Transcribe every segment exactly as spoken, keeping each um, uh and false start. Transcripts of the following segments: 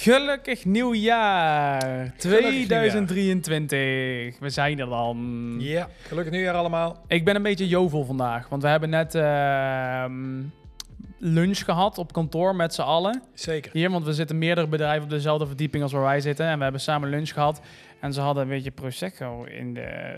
Gelukkig nieuwjaar tweeduizend drieëntwintig. We zijn er dan. Ja, gelukkig nieuwjaar allemaal. Ik ben een beetje jovel vandaag, want we hebben net uh, lunch gehad op kantoor met z'n allen. Zeker. Hier, want we zitten meerdere bedrijven op dezelfde verdieping als waar wij zitten. En we hebben samen lunch gehad. En ze hadden een beetje Prosecco in de,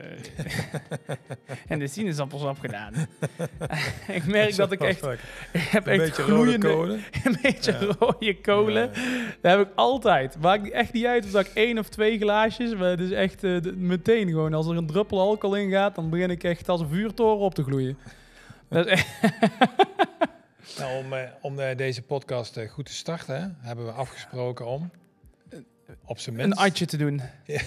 in de sinaasappelsap gedaan. Ik merk dat ik echt... Ik heb een echt beetje gloeiende... rode kolen. Een beetje Ja. rode kolen. Ja. Dat heb ik altijd. Maakt echt niet uit of dat ik één of twee glaasjes... Maar het is echt uh, de, meteen gewoon... Als er een druppel alcohol in gaat... Dan begin ik echt als een vuurtoren op te gloeien. Dat is echt... Nou, om uh, om uh, deze podcast uh, goed te starten... Hè, hebben we afgesproken om... Op zijn minst... Een atje te doen. Ja.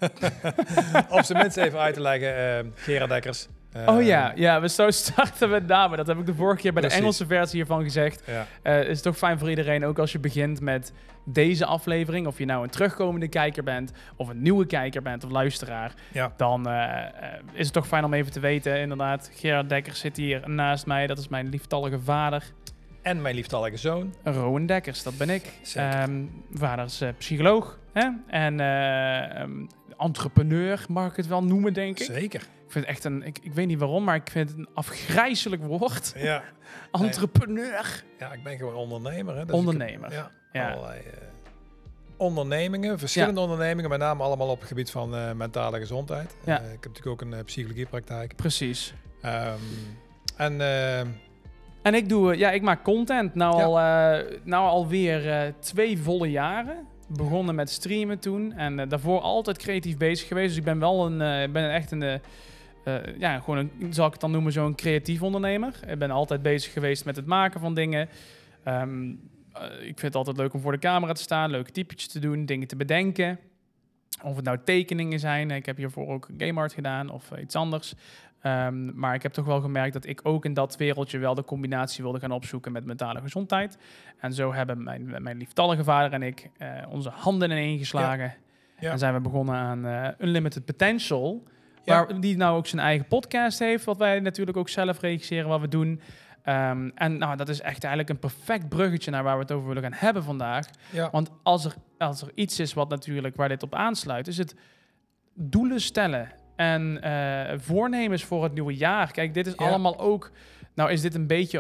Op zijn minst even uit te leggen, uh, Gerard Dekkers. Uh, oh ja, ja, we zo starten met namen. Dat heb ik de vorige keer bij Precies. de Engelse versie hiervan gezegd. Ja. Uh, is toch fijn voor iedereen, ook als je begint met deze aflevering. Of je nou een terugkomende kijker bent, of een nieuwe kijker bent, of luisteraar. Ja. Dan uh, uh, is het toch fijn om even te weten, inderdaad. Gerard Dekkers zit hier naast mij. Dat is mijn lieftallige vader. En mijn lieftallige zoon. Rowan Dekkers, dat ben ik. Um, vader is uh, psycholoog. Hè? En uh, um, entrepreneur, mag ik het wel noemen, denk ik. Zeker. Ik vind het echt een... Ik, ik weet niet waarom, maar ik vind het een afgrijselijk woord. Ja. Entrepreneur. Ja, ik ben gewoon ondernemer. Hè? Dus ondernemer. Ik heb, ja, ja. allerlei uh, ondernemingen, verschillende ja. ondernemingen. Met name allemaal op het gebied van uh, mentale gezondheid. Ja. Uh, ik heb natuurlijk ook een uh, psychologiepraktijk. Precies. Um, en... Uh, En ik doe, ja, ik maak content. Nou, ja. al, uh, nou alweer uh, twee volle jaren. Begonnen met streamen toen. En uh, daarvoor altijd creatief bezig geweest. Dus ik ben wel een, uh, ben echt een, uh, uh, ja, gewoon een, zal ik het dan noemen, zo'n creatief ondernemer. Ik ben altijd bezig geweest met het maken van dingen. Um, uh, ik vind het altijd leuk om voor de camera te staan, leuke typetjes te doen, dingen te bedenken. Of het nou tekeningen zijn. Ik heb hiervoor ook game art gedaan of uh, iets anders. Um, maar ik heb toch wel gemerkt dat ik ook in dat wereldje wel de combinatie wilde gaan opzoeken met mentale gezondheid. En zo hebben mijn, mijn lieftallige vader en ik uh, onze handen ineen geslagen. Ja. Ja. En zijn we begonnen aan uh, Unlimited Potential. Ja. Waar die nou ook zijn eigen podcast heeft, wat wij natuurlijk ook zelf regisseren, wat we doen. Um, en nou, dat is echt eigenlijk een perfect bruggetje naar waar we het over willen gaan hebben vandaag. Ja. Want als er, als er iets is wat natuurlijk waar dit op aansluit, is het doelen stellen. En uh, voornemens voor het nieuwe jaar. Kijk, dit is ja. allemaal ook... Nou is dit een beetje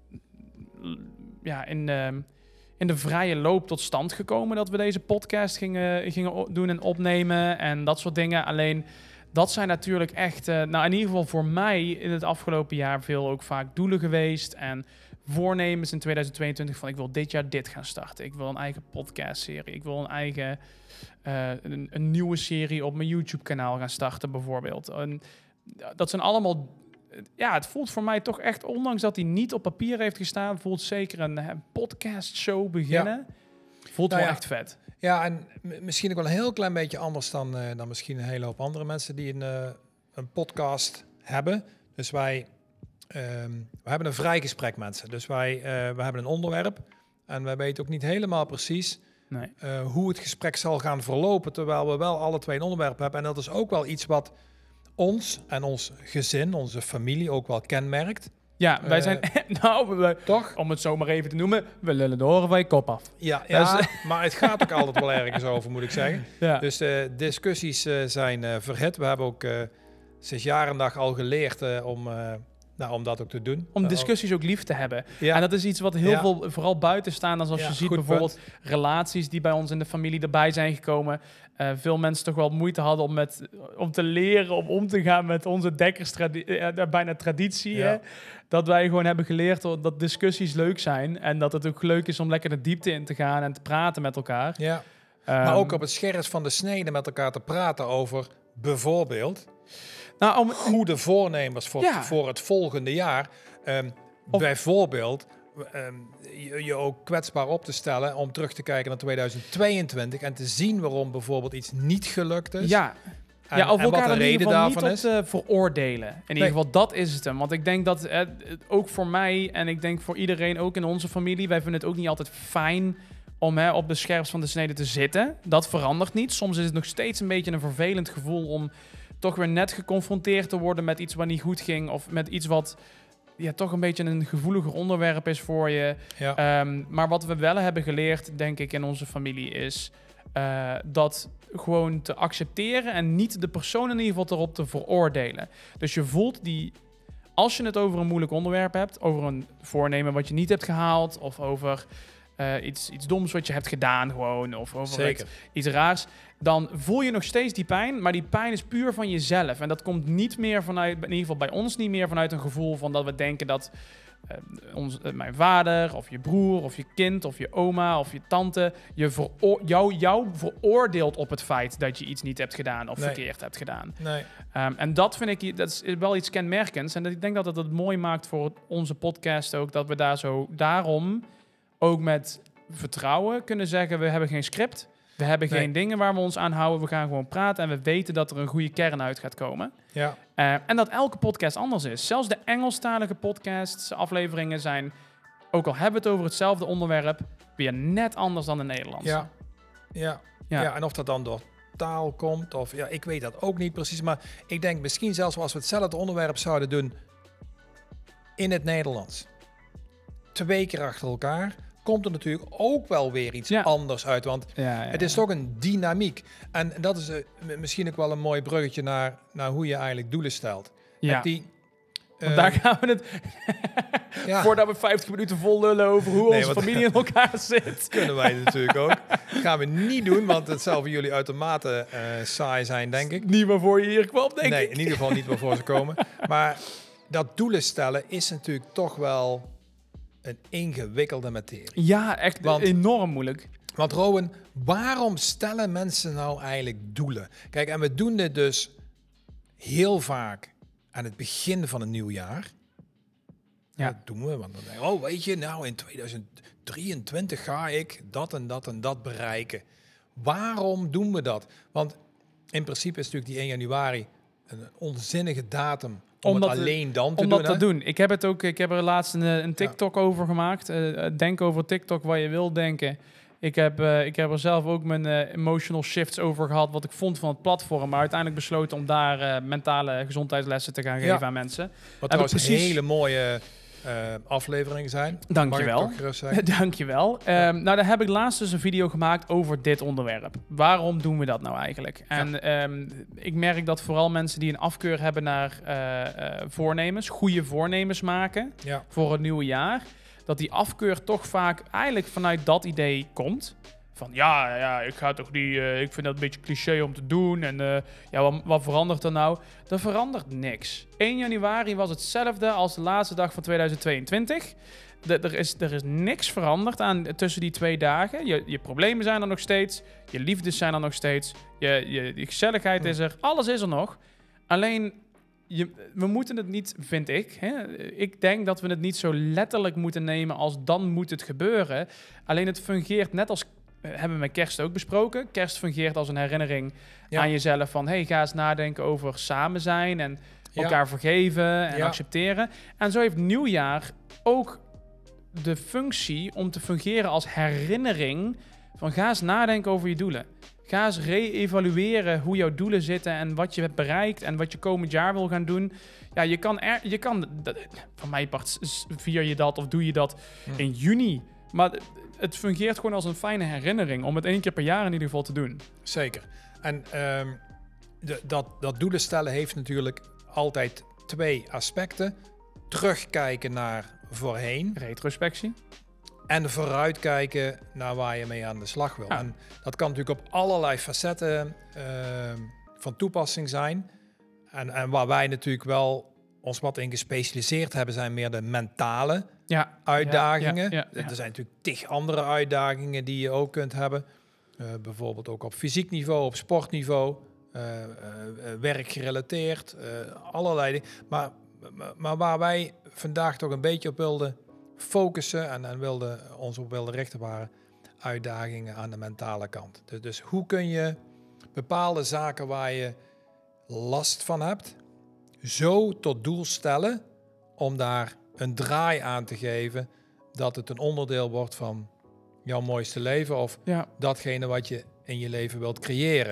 ja, in, uh, in de vrije loop tot stand gekomen... dat we deze podcast gingen, gingen doen en opnemen en dat soort dingen. Alleen, dat zijn natuurlijk echt... Uh, nou, in ieder geval voor mij in het afgelopen jaar... veel ook vaak doelen geweest en voornemens in tweeduizend tweeëntwintig... van ik wil dit jaar dit gaan starten. Ik wil een eigen podcastserie. Ik wil een eigen... Uh, een, een nieuwe serie op mijn YouTube-kanaal gaan starten, bijvoorbeeld. En dat zijn allemaal... Ja, het voelt voor mij toch echt, ondanks dat hij niet op papier heeft gestaan... voelt zeker een, een podcast-show beginnen. Ja. Voelt nou wel ja. echt vet. Ja, en m- misschien ook wel een heel klein beetje anders dan, uh, dan misschien een hele hoop andere mensen... die een, uh, een podcast hebben. Dus wij, um, we hebben een vrij gesprek, mensen. Dus wij uh, we hebben een onderwerp en wij weten ook niet helemaal precies... Nee. Uh, hoe het gesprek zal gaan verlopen, terwijl we wel alle twee een onderwerp hebben. En dat is ook wel iets wat ons en ons gezin, onze familie ook wel kenmerkt. Ja, wij uh, zijn, nou, we, toch? Om het zo maar even te noemen, we lullen de oren van je kop af. Ja, ja dus, maar het gaat ook altijd wel ergens over, moet ik zeggen. Ja. Dus de uh, discussies uh, zijn uh, verhit. We hebben ook uh, sinds jaar en dag al geleerd uh, om... Uh, Nou, om dat ook te doen. Om discussies ook lief te hebben. Ja. En dat is iets wat heel ja. veel, vooral buiten staan. Als ja, je ziet bijvoorbeeld punt. relaties die bij ons in de familie erbij zijn gekomen. Uh, veel mensen toch wel moeite hadden om, met, om te leren, om om te gaan met onze Dekkers, tradi- uh, bijna traditie. Ja. Hè? Dat wij gewoon hebben geleerd dat discussies leuk zijn. En dat het ook leuk is om lekker de diepte in te gaan en te praten met elkaar. Ja. Um, maar ook op het scherp van de snede met elkaar te praten over bijvoorbeeld... Nou, om goede voornemens voor, ja. voor het volgende jaar. Um, of, bijvoorbeeld um, je, je ook kwetsbaar op te stellen om terug te kijken naar tweeduizend tweeëntwintig en te zien waarom bijvoorbeeld iets niet gelukt is. Ja, en, ja of en wat de reden daarvan niet is. Op, uh, veroordelen. In nee. ieder geval, dat is het hem. Want ik denk dat uh, ook voor mij en ik denk voor iedereen ook in onze familie, wij vinden het ook niet altijd fijn om hè, op de scherpst van de snede te zitten. Dat verandert niet. Soms is het nog steeds een beetje een vervelend gevoel om toch weer net geconfronteerd te worden met iets wat niet goed ging of met iets wat ja, toch een beetje een gevoeliger onderwerp is voor je. Ja. Um, maar wat we wel hebben geleerd, denk ik, in onze familie is uh, dat gewoon te accepteren en niet de persoon in ieder geval erop te veroordelen. Dus je voelt die, als je het over een moeilijk onderwerp hebt, over een voornemen wat je niet hebt gehaald, of over uh, iets, iets doms wat je hebt gedaan gewoon, of over Zeker. iets, iets raars, dan voel je nog steeds die pijn, maar die pijn is puur van jezelf. En dat komt niet meer vanuit, in ieder geval bij ons niet meer vanuit een gevoel van dat we denken dat uh, ons, uh, mijn vader, of je broer, of je kind, of je oma, of je tante, je veroor- jou, jou veroordeelt op het feit dat je iets niet hebt gedaan of nee. verkeerd hebt gedaan. Nee. Um, en dat vind ik, dat is wel iets kenmerkends. En dat, ik denk dat het het mooi maakt voor onze podcast ook, dat we daar zo daarom ook met vertrouwen kunnen zeggen, we hebben geen script. We hebben nee. geen dingen waar we ons aan houden. We gaan gewoon praten en we weten dat er een goede kern uit gaat komen. Ja. Uh, en dat elke podcast anders is. Zelfs de Engelstalige podcasts, afleveringen zijn, ook al hebben we het over hetzelfde onderwerp, weer net anders dan de Nederlandse. Ja. Ja. Ja. Ja, en of dat dan door taal komt, of ja, ik weet dat ook niet precies. Maar ik denk misschien zelfs als we hetzelfde onderwerp zouden doen in het Nederlands, twee keer achter elkaar, komt er natuurlijk ook wel weer iets ja. anders uit. Want ja, ja, het is ja. toch een dynamiek. En dat is uh, m- misschien ook wel een mooi bruggetje naar, naar hoe je eigenlijk doelen stelt. Ja. Met die, Want uh, daar gaan we het... ja. Voordat we vijftig minuten vol lullen over hoe Nee, onze want- familie in elkaar zit. kunnen wij natuurlijk ook. Gaan we niet doen, want het zal voor jullie uitermate uh, saai zijn, denk ik. Niet waarvoor je hier kwam, denk nee, ik. in ieder geval niet waarvoor ze komen. Maar dat doelen stellen is natuurlijk toch wel een ingewikkelde materie. Ja, echt Want- enorm moeilijk. Want Rowan, waarom stellen mensen nou eigenlijk doelen? Kijk, en we doen dit dus heel vaak aan het begin van een nieuw jaar. Ja. Dat doen we, want dan denk je, oh weet je, nou in tweeduizend drieëntwintig ga ik dat en dat en dat bereiken. Waarom doen we dat? Want in principe is natuurlijk die één januari een onzinnige datum om, Om het dat te- alleen dan te Om doen. dat te hè? doen. Ik heb het ook. Ik heb er laatst een, een TikTok over gemaakt. Uh, denk over TikTok waar je wil denken. Ik heb, uh, ik heb er zelf ook mijn uh, emotional shifts over gehad. Wat ik vond van het platform. Maar uiteindelijk besloten om daar uh, mentale gezondheidslessen te gaan geven Ja. aan mensen. Wat trouwens precies- hele mooie uh, afleveringen zijn. Dank Mag je ik wel. toch gerust zeggen? Dankjewel. Ja. Um, nou, daar heb ik laatst dus een video gemaakt over dit onderwerp. Waarom doen we dat nou eigenlijk? En um, ik merk dat vooral mensen die een afkeur hebben naar uh, uh, voornemens, goede voornemens maken Ja. voor het nieuwe jaar, dat die afkeur toch vaak eigenlijk vanuit dat idee komt. Van ja, ja, ik ga toch niet, uh, ik vind dat een beetje cliché om te doen. En uh, ja, wat, wat verandert er nou? Er verandert niks. één januari was hetzelfde als de laatste dag van tweeduizend tweeëntwintig. De, er, is, er is niks veranderd aan, tussen die twee dagen. Je, je problemen zijn er nog steeds. Je liefdes zijn er nog steeds. Je, je, je gezelligheid is er. Alles is er nog. Alleen, je, we moeten het niet, vind ik. Hè? Ik denk dat we het niet zo letterlijk moeten nemen als dan moet het gebeuren. Alleen het fungeert net als... hebben we met kerst ook besproken. Kerst fungeert als een herinnering Ja. aan jezelf van... hey, ga eens nadenken over samen zijn en Ja. elkaar vergeven en Ja. accepteren. En zo heeft nieuwjaar ook de functie om te fungeren als herinnering van ga eens nadenken over je doelen. Ga eens re-evalueren hoe jouw doelen zitten en wat je hebt bereikt en wat je komend jaar wil gaan doen. Ja, je kan, er, je kan dat- van mijn part s- vier je dat of doe je dat Hm. in juni. Maar het fungeert gewoon als een fijne herinnering om het één keer per jaar in ieder geval te doen. Zeker. En ehm, de, dat, dat doelen stellen heeft natuurlijk altijd twee aspecten. Terugkijken naar voorheen Retrospectie. en vooruitkijken naar waar je mee aan de slag wil. Ja. En dat kan natuurlijk op allerlei facetten ehm, van toepassing zijn. En, en waar wij natuurlijk wel ons wat in gespecialiseerd hebben, zijn meer de mentale Ja. uitdagingen. Ja, ja, ja, ja. Er zijn natuurlijk tig andere uitdagingen die je ook kunt hebben. Uh, bijvoorbeeld ook op fysiek niveau, op sportniveau, uh, uh, uh, werkgerelateerd, uh, allerlei dingen. Maar, maar, maar waar wij vandaag toch een beetje op wilden focussen en, en wilden, ons op wilden richten waren uitdagingen aan de mentale kant. Dus, dus hoe kun je bepaalde zaken waar je last van hebt, zo tot doel stellen om daar een draai aan te geven dat het een onderdeel wordt van jouw mooiste leven of Ja. datgene wat je in je leven wilt creëren.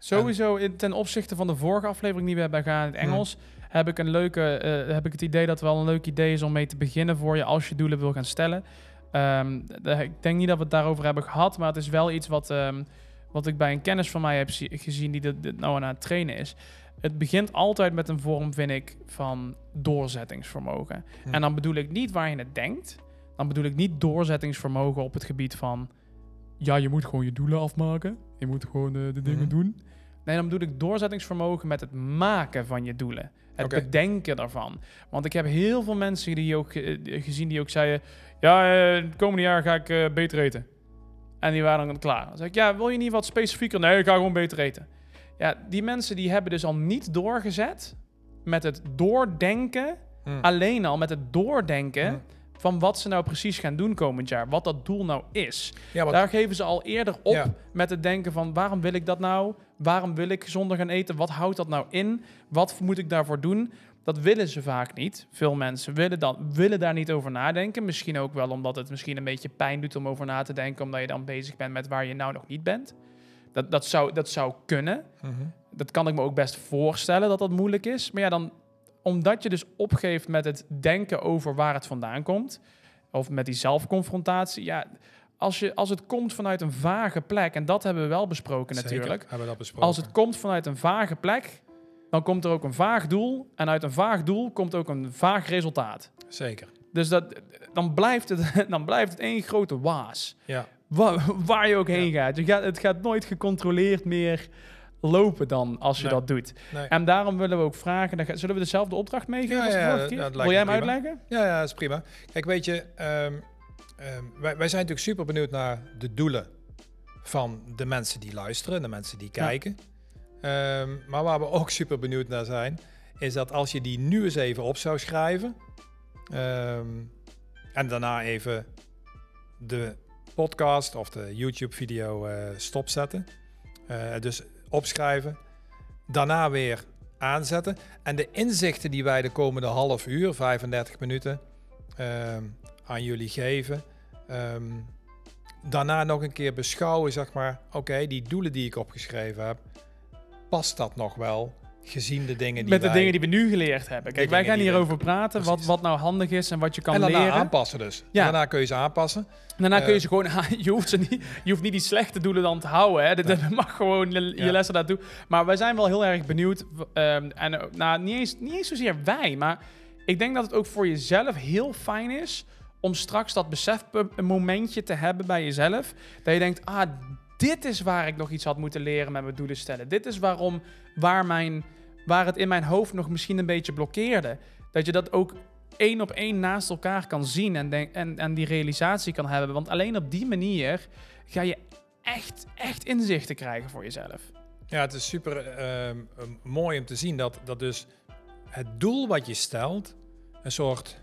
Sowieso in, ten opzichte van de vorige aflevering die we hebben gedaan in het Engels, hmm. heb ik een leuke, uh, heb ik het idee dat het wel een leuk idee is om mee te beginnen voor je als je doelen wil gaan stellen. Um, de, ik denk niet dat we het daarover hebben gehad, maar het is wel iets wat, um, wat ik bij een kennis van mij heb zie, gezien die dit, dit nou aan het trainen is. Het begint altijd met een vorm, vind ik, van doorzettingsvermogen. Hmm. En dan bedoel ik niet waar je het denkt. Dan bedoel ik niet doorzettingsvermogen op het gebied van, ja, je moet gewoon je doelen afmaken. Je moet gewoon uh, de dingen hmm. doen. Nee, dan bedoel ik doorzettingsvermogen met het maken van je doelen. Het okay. bedenken daarvan. Want ik heb heel veel mensen die ook uh, gezien die ook zeiden, ja, uh, het komende jaar ga ik uh, beter eten. En die waren dan klaar. Dan zeg ik, ja, wil je niet wat specifieker? Nee, ik ga gewoon beter eten. Ja, die mensen die hebben dus al niet doorgezet met het doordenken. Hmm. Alleen al met het doordenken hmm. van wat ze nou precies gaan doen komend jaar. Wat dat doel nou is. Ja, Daar geven ze al eerder op ja. met het denken van, waarom wil ik dat nou? Waarom wil ik gezonder gaan eten? Wat houdt dat nou in? Wat moet ik daarvoor doen? Dat willen ze vaak niet. Veel mensen willen, dan, willen daar niet over nadenken. Misschien ook wel omdat het misschien een beetje pijn doet om over na te denken, omdat je dan bezig bent met waar je nou nog niet bent. Dat, dat, zou, dat zou kunnen. Mm-hmm. Dat kan ik me ook best voorstellen dat dat moeilijk is. Maar ja, dan, omdat je dus opgeeft met het denken over waar het vandaan komt, of met die zelfconfrontatie, ja, als, je, als het komt vanuit een vage plek, en dat hebben we wel besproken Zeker, natuurlijk. Hebben we dat besproken. Als het komt vanuit een vage plek, dan komt er ook een vaag doel. En uit een vaag doel komt ook een vaag resultaat. Zeker. Dus dat, dan, blijft het, dan blijft het één grote waas. Ja. Waar, waar je ook heen ja. gaat. Je gaat. Het gaat nooit gecontroleerd meer lopen dan als je nee. dat doet. Nee. En daarom willen we ook vragen, dan, zullen we dezelfde opdracht meegeven ja, als de ja, vorige keer? Dat, dat Wil jij hem prima. uitleggen? Ja, ja, dat is prima. Kijk, weet je, um, um, wij, wij zijn natuurlijk super benieuwd naar de doelen van de mensen die luisteren, de mensen die kijken. Ja. Um, maar waar we ook super benieuwd naar zijn, is dat als je die nu eens even op zou schrijven, um, en daarna even de podcast of de YouTube-video uh, stopzetten. Uh, dus opschrijven. Daarna weer aanzetten. En de inzichten die wij de komende half uur, vijfendertig minuten, uh, aan jullie geven. Um, daarna nog een keer beschouwen, zeg maar. Oké, okay, die doelen die ik opgeschreven heb, past dat nog wel? Gezien de dingen die Met de wij, dingen die we nu geleerd hebben. Kijk, wij gaan hierover praten, wat, wat nou handig is en wat je kan en leren. En daarna aanpassen dus. Ja. Daarna kun je ze aanpassen. Daarna uh, kun je ze gewoon... Je hoeft, ze niet, je hoeft niet die slechte doelen dan te houden. Hè. Nee. Dat mag gewoon je ja. lessen daartoe. Maar wij zijn wel heel erg benieuwd. Um, en nou, niet eens, niet eens zozeer wij, maar ik denk dat het ook voor jezelf heel fijn is om straks dat besefmomentje te hebben bij jezelf. Dat je denkt, ah, dit is waar ik nog iets had moeten leren met mijn doelen stellen. Dit is waarom, waar mijn... waar het in mijn hoofd nog misschien een beetje blokkeerde. Dat je dat ook één op één naast elkaar kan zien en, denk, en, en die realisatie kan hebben. Want alleen op die manier ga je echt, echt inzichten krijgen voor jezelf. Ja, het is super uh, uh, mooi om te zien dat, dat dus het doel wat je stelt een soort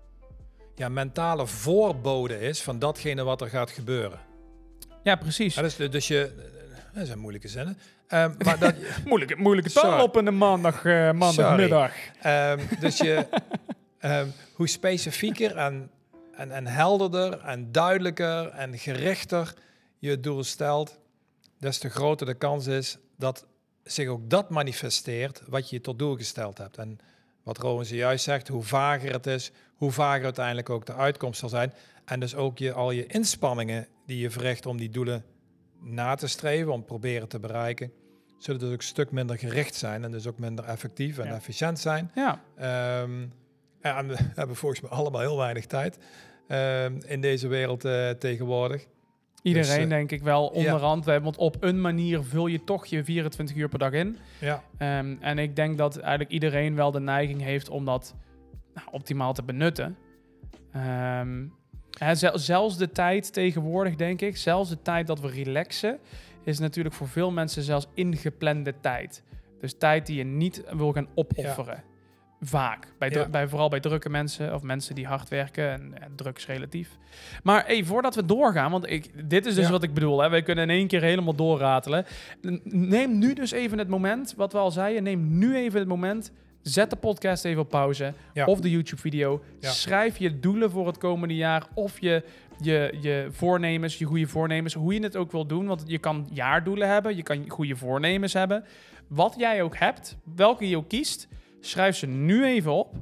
ja, mentale voorbode is van datgene wat er gaat gebeuren. Ja, precies. Ja, dus, dus je... Dat zijn moeilijke zinnen. Um, maar dat, moeilijke moeilijke taal op een maandag, uh, maandagmiddag. Um, dus je, um, hoe specifieker en, en, en helderder en duidelijker en gerichter je het doel stelt, des te groter de kans is dat zich ook dat manifesteert wat je tot doel gesteld hebt. En wat Rowan zojuist zegt, hoe vager het is, hoe vager uiteindelijk ook de uitkomst zal zijn. En dus ook je, al je inspanningen die je verricht om die doelen na te streven, om proberen te bereiken, zullen dus ook een stuk minder gericht zijn en dus ook minder effectief en ja. efficiënt zijn. Ja. Um, en we hebben volgens mij allemaal heel weinig tijd um, in deze wereld uh, tegenwoordig. Iedereen dus, uh, denk ik wel onderhand, ja. want op een manier vul je toch je vierentwintig uur per dag in. Ja. Um, en ik denk dat eigenlijk iedereen wel de neiging heeft om dat nou, optimaal te benutten. Um, He, zelfs de tijd tegenwoordig, denk ik, zelfs de tijd dat we relaxen, is natuurlijk voor veel mensen zelfs ingeplande tijd. Dus tijd die je niet wil gaan opofferen. Ja. Vaak. Bij, dru- ja. bij, vooral bij drukke mensen of mensen die hard werken en, en drugs relatief. Maar hey, voordat we doorgaan, want ik, dit is dus ja. wat ik bedoel. Hè, wij kunnen in één keer helemaal doorratelen. Neem nu dus even het moment, wat we al zeiden, neem nu even het moment. Zet de podcast even op pauze. Ja. Of de YouTube-video. Ja. Schrijf je doelen voor het komende jaar. Of je je, je voornemens, je goede voornemens, hoe je het ook wil doen. Want je kan jaardoelen hebben, je kan goede voornemens hebben. Wat jij ook hebt, welke je ook kiest, schrijf ze nu even op.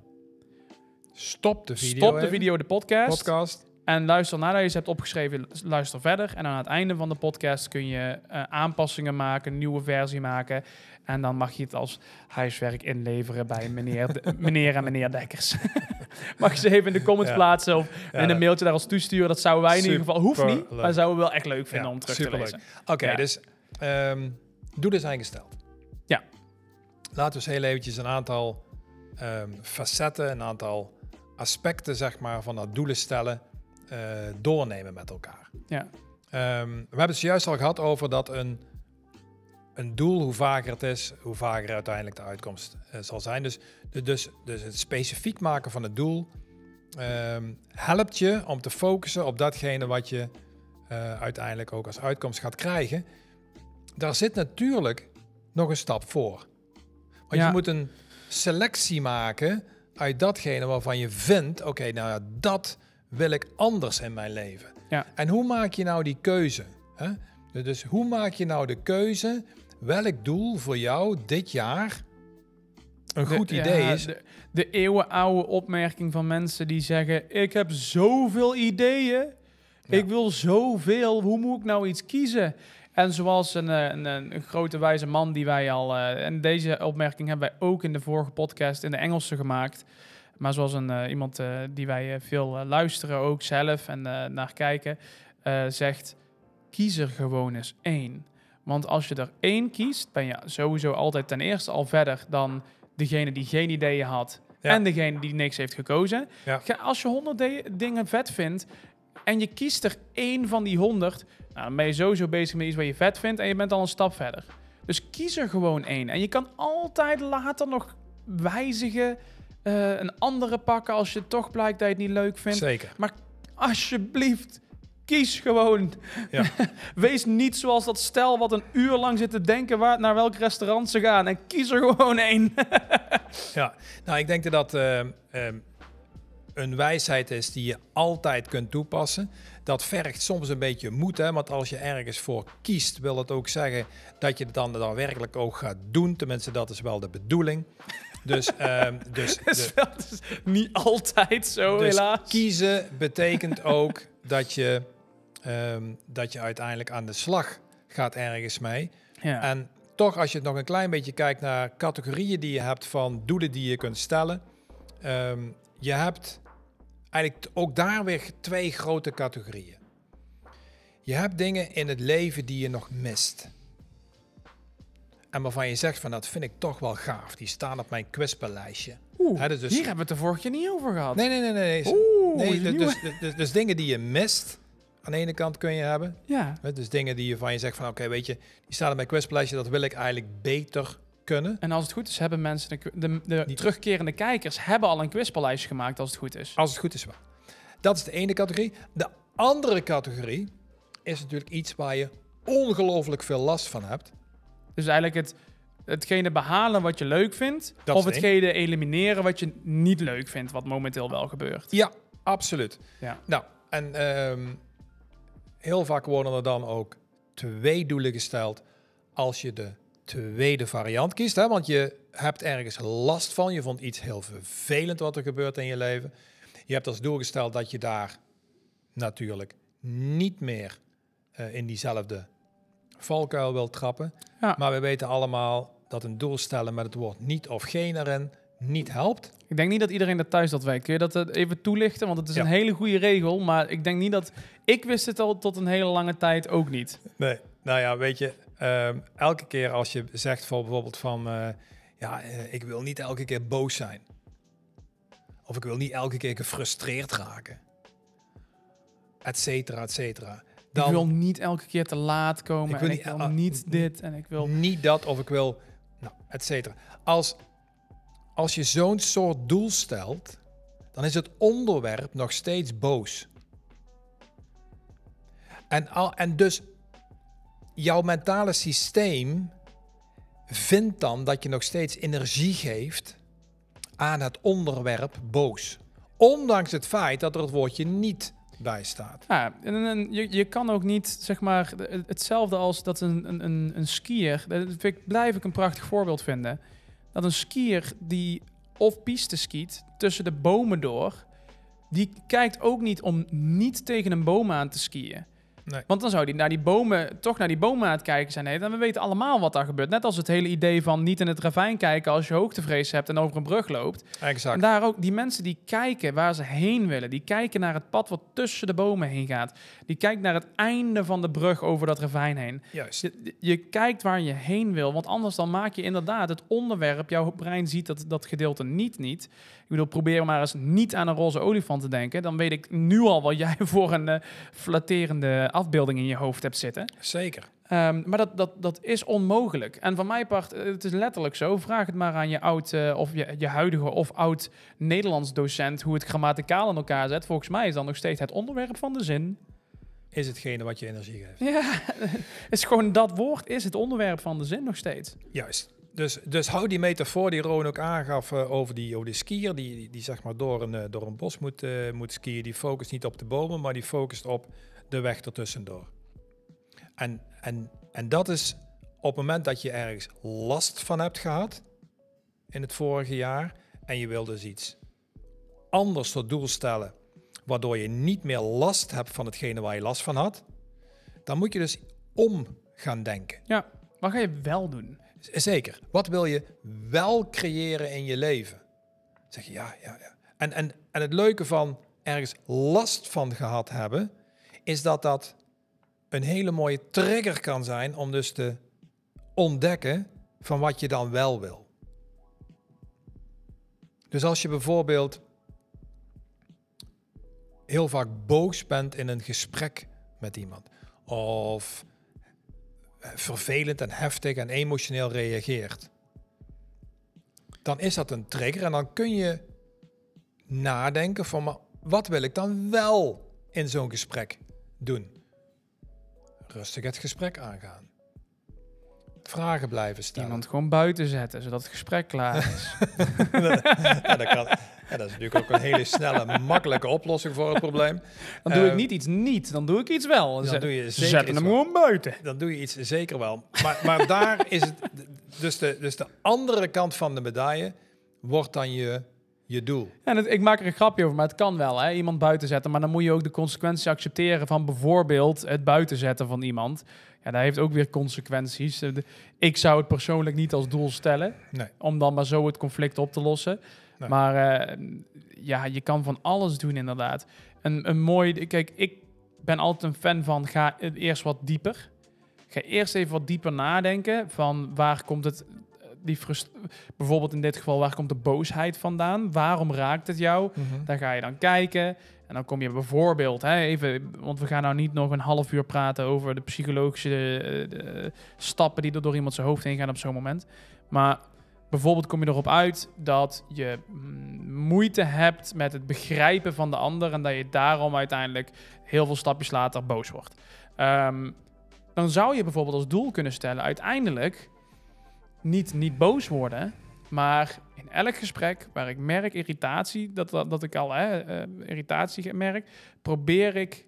Stop de video Stop de even. video, de podcast. podcast. En luister nadat je ze hebt opgeschreven, luister verder. En aan het einde van de podcast kun je uh, aanpassingen maken, een nieuwe versie maken. En dan mag je het als huiswerk inleveren bij meneer, de, meneer en meneer Dekkers. Mag je ze even in de comments ja. plaatsen of ja, in een mailtje daar als toesturen. Dat zouden wij in ieder geval, hoeft niet, leuk. Maar zouden we wel echt leuk vinden ja, om terug te lezen. Oké, okay, ja. dus um, doelen zijn gesteld. Ja. Laten we eens heel eventjes een aantal um, facetten, een aantal aspecten zeg maar, van dat doelen stellen uh, doornemen met elkaar. Ja. Um, we hebben het zojuist al gehad over dat een, een doel, hoe vaker het is, hoe vaker uiteindelijk de uitkomst uh, zal zijn. Dus, dus, dus het specifiek maken van het doel um, helpt je om te focussen op datgene wat je uh, uiteindelijk ook als uitkomst gaat krijgen. Daar zit natuurlijk nog een stap voor. Want ja. je moet een selectie maken uit datgene waarvan je vindt, oké, okay, nou ja, dat wil ik anders in mijn leven. Ja. En hoe maak je nou die keuze? Hè? Dus hoe maak je nou de keuze welk doel voor jou dit jaar een de, goed idee ja, is? De, de eeuwenoude opmerking van mensen die zeggen, ik heb zoveel ideeën, ja. ik wil zoveel, hoe moet ik nou iets kiezen? En zoals een, een, een grote wijze man die wij al... Uh, en deze opmerking hebben wij ook in de vorige podcast in de Engelse gemaakt. Maar zoals een, uh, iemand uh, die wij uh, veel uh, luisteren ook zelf en uh, naar kijken, uh, zegt, kies er gewoon eens één. Want als je er één kiest, ben je sowieso altijd ten eerste al verder dan degene die geen ideeën had ja. en degene die niks heeft gekozen. Ja. Als je honderd de- dingen vet vindt en je kiest er één van die honderd, nou, dan ben je sowieso bezig met iets wat je vet vindt en je bent al een stap verder. Dus kies er gewoon één. En je kan altijd later nog wijzigen, uh, een andere pakken als je toch blijkt dat je het niet leuk vindt. Zeker. Maar alsjeblieft, kies gewoon. Ja. Wees niet zoals dat stel wat een uur lang zit te denken waar, naar welk restaurant ze gaan. En kies er gewoon één. Ja, nou ik denk dat dat uh, um, een wijsheid is die je altijd kunt toepassen. Dat vergt soms een beetje moed, hè? Want als je ergens voor kiest, wil het ook zeggen dat je het dan daadwerkelijk ook gaat doen. Tenminste, dat is wel de bedoeling. Dus, um, dus dat is wel, dat is niet altijd zo, dus helaas. Kiezen betekent ook dat je, um, dat je uiteindelijk aan de slag gaat ergens mee. Ja. En toch, als je nog een klein beetje kijkt naar categorieën die je hebt van doelen die je kunt stellen. Um, je hebt eigenlijk ook daar weer twee grote categorieën. Je hebt dingen in het leven die je nog mist. En waarvan je zegt van dat vind ik toch wel gaaf. Die staan op mijn kwispellijstje. Oeh, He, dus hier hebben we het de vorige keer niet over gehad. Nee, nee, nee. nee. Oeh, nee dus, dus, dus, dus dingen die je mist, aan de ene kant kun je hebben. Ja. Dus dingen die je van je zegt van oké, okay, weet je, die staan op mijn kwispellijstje, dat wil ik eigenlijk beter kunnen. En als het goed is, hebben mensen, de, de, de die terugkerende kijkers, hebben al een kwispellijstje gemaat als het goed is. Als het goed is wel. Dat is de ene categorie. De andere categorie is natuurlijk iets waar je ongelooflijk veel last van hebt. Dus eigenlijk het, hetgene behalen wat je leuk vindt, dat of hetgene elimineren wat je niet leuk vindt, wat momenteel wel gebeurt. Ja, absoluut. Ja. Nou, en um, heel vaak worden er dan ook twee doelen gesteld als je de tweede variant kiest. Hè? Want je hebt ergens last van, je vond iets heel vervelend wat er gebeurt in je leven. Je hebt als doel gesteld dat je daar natuurlijk niet meer uh, in diezelfde valkuil wil trappen. Ja. Maar we weten allemaal dat een doel stellen met het woord niet of geen erin niet helpt. Ik denk niet dat iedereen dat thuis dat weet. Kun je dat even toelichten? Want het is ja. een hele goede regel, maar ik denk niet dat... Ik wist het al tot een hele lange tijd ook niet. Nee, nou ja, weet je, um, elke keer als je zegt voor bijvoorbeeld van... Uh, ja, uh, ik wil niet elke keer boos zijn. Of ik wil niet elke keer gefrustreerd raken. Et cetera, et cetera. Dan, ik wil niet elke keer te laat komen. Ik wil, en niet, ik wil uh, niet dit en ik wil... Niet dat of ik wil... Nou, et cetera. Als, als je zo'n soort doel stelt, dan is het onderwerp nog steeds boos. En, en dus jouw mentale systeem vindt dan dat je nog steeds energie geeft aan het onderwerp boos. Ondanks het feit dat er het woordje niet bij staat. Ja, en, en je, je kan ook niet, zeg maar, hetzelfde als dat een, een, een, een skier, dat vind ik, blijf ik een prachtig voorbeeld vinden, dat een skier die of piste skiet tussen de bomen door, die kijkt ook niet om niet tegen een boom aan te skiën. Nee. Want dan zou die naar die bomen, toch naar die bomen aan het kijken zijn. Nee, dan we weten allemaal wat daar gebeurt. Net als het hele idee van niet in het ravijn kijken als je hoogtevrees hebt en over een brug loopt. Exact. En daar ook die mensen die kijken waar ze heen willen. Die kijken naar het pad wat tussen de bomen heen gaat. Die kijkt naar het einde van de brug over dat ravijn heen. Juist. Je, je kijkt waar je heen wil. Want anders dan maak je inderdaad het onderwerp. Jouw brein ziet dat, dat gedeelte niet niet. Ik bedoel, probeer maar eens niet aan een roze olifant te denken. Dan weet ik nu al wat jij voor een uh, flatterende afbeelding in je hoofd hebt zitten. Zeker. Um, maar dat, dat, dat is onmogelijk. En van mijn part, het is letterlijk zo. Vraag het maar aan je oud uh, of je, je huidige of oud Nederlands docent hoe het grammaticaal in elkaar zet. Volgens mij is dan nog steeds het onderwerp van de zin. Is hetgene wat je energie geeft. Ja, is gewoon dat woord is het onderwerp van de zin nog steeds. Juist. Dus, dus hou die metafoor die Rowan ook aangaf uh, over, die, over die skier die, die, die zeg maar door een, uh, door een bos moet, uh, moet skiën. Die focust niet op de bomen, maar die focust op de weg ertussendoor. En, en, en dat is op het moment dat je ergens last van hebt gehad in het vorige jaar en je wil dus iets anders tot doel stellen, waardoor je niet meer last hebt van hetgene waar je last van had, dan moet je dus om gaan denken. Ja, wat ga je wel doen? Zeker. Wat wil je wel creëren in je leven? Zeg je ja, ja, ja. En, en, en het leuke van ergens last van gehad hebben, is dat dat een hele mooie trigger kan zijn om dus te ontdekken van wat je dan wel wil. Dus als je bijvoorbeeld heel vaak boos bent in een gesprek met iemand, of vervelend en heftig en emotioneel reageert, dan is dat een trigger en dan kun je nadenken van, maar wat wil ik dan wel in zo'n gesprek doen? Rustig het gesprek aangaan. Vragen blijven stellen. Iemand gewoon buiten zetten, zodat het gesprek klaar is. ja, dat, kan, ja, dat is natuurlijk ook een hele snelle, makkelijke oplossing voor het probleem. Dan doe uh, ik niet iets niet, dan doe ik iets wel. Dan, dan zet, doe je ze zeker zetten hem gewoon buiten. Dan doe je iets zeker wel. Maar, maar daar is het, dus de, dus de andere kant van de medaille wordt dan je, je doel. En het, ik maak er een grapje over, maar het kan wel, hè? Iemand buiten zetten. Maar dan moet je ook de consequenties accepteren van bijvoorbeeld het buiten zetten van iemand. Ja, dat heeft ook weer consequenties. Ik zou het persoonlijk niet als doel stellen, Nee. om dan maar zo het conflict op te lossen. Nee. Maar uh, ja, je kan van alles doen inderdaad. Een, een mooi, kijk, ik ben altijd een fan van ga eerst wat dieper. Ga eerst even wat dieper nadenken van waar komt het, die frust- bijvoorbeeld in dit geval, waar komt de boosheid vandaan? Waarom raakt het jou? Mm-hmm. Daar ga je dan kijken. En dan kom je bijvoorbeeld, hè, even, want we gaan nou niet nog een half uur praten over de psychologische uh, de stappen die er door iemand zijn hoofd heen gaan op zo'n moment. Maar bijvoorbeeld kom je erop uit dat je mm, moeite hebt met het begrijpen van de ander en dat je daarom uiteindelijk heel veel stapjes later boos wordt. Um, dan zou je bijvoorbeeld als doel kunnen stellen, uiteindelijk niet, niet boos worden, maar in elk gesprek waar ik merk irritatie, dat, dat, dat ik al hè, uh, irritatie merk, probeer ik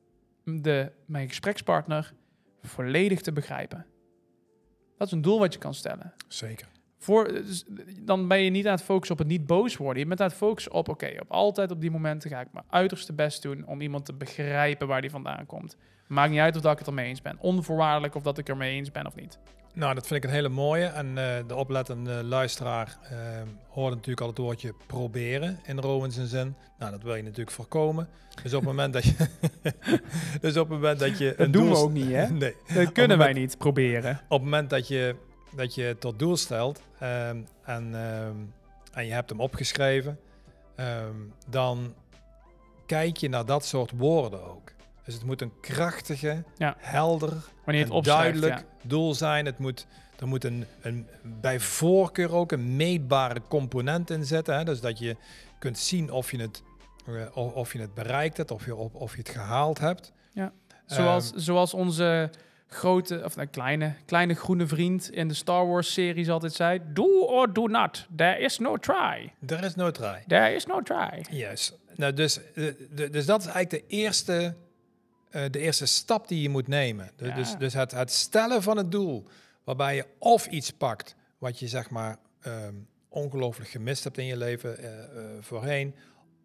de, mijn gesprekspartner volledig te begrijpen. Dat is een doel wat je kan stellen. Zeker. Voor, dus, dan ben je niet aan het focussen op het niet boos worden. Je bent aan het focussen op, oké, okay, op altijd op die momenten ga ik mijn uiterste best doen om iemand te begrijpen waar die vandaan komt. Maakt niet uit of dat ik het ermee eens ben. Onvoorwaardelijk of dat ik ermee eens ben of niet. Nou, dat vind ik een hele mooie. En uh, de oplettende luisteraar uh, hoort natuurlijk al het woordje proberen in Rowan zijn zin. Nou, dat wil je natuurlijk voorkomen. Dus op het moment dat je... dus op het moment dat je... Dat doen we ook niet, hè? Nee. Dat kunnen wij niet proberen. Op het moment dat je, dat je tot doel stelt um, en, um, en je hebt hem opgeschreven, um, dan kijk je naar dat soort woorden ook. Dus het moet een krachtige, ja. helder Wanneer het en duidelijk ja. doel zijn. Het moet, er moet een, een, bij voorkeur ook een meetbare component in zitten. Hè? Dus dat je kunt zien of je het, uh, of je het bereikt hebt, of je, of, of je het gehaald hebt. Ja. Zoals, um, zoals onze grote, of een kleine, kleine groene vriend in de Star Wars series altijd zei, do or do not, there is no try. There is no try. There is no try. Yes. Nou, dus, de, de, dus dat is eigenlijk de eerste, uh, de eerste stap die je moet nemen. Dus, Ja. dus, dus het, het stellen van het doel, waarbij je of iets pakt wat je zeg maar um, ongelooflijk gemist hebt in je leven uh, uh, voorheen,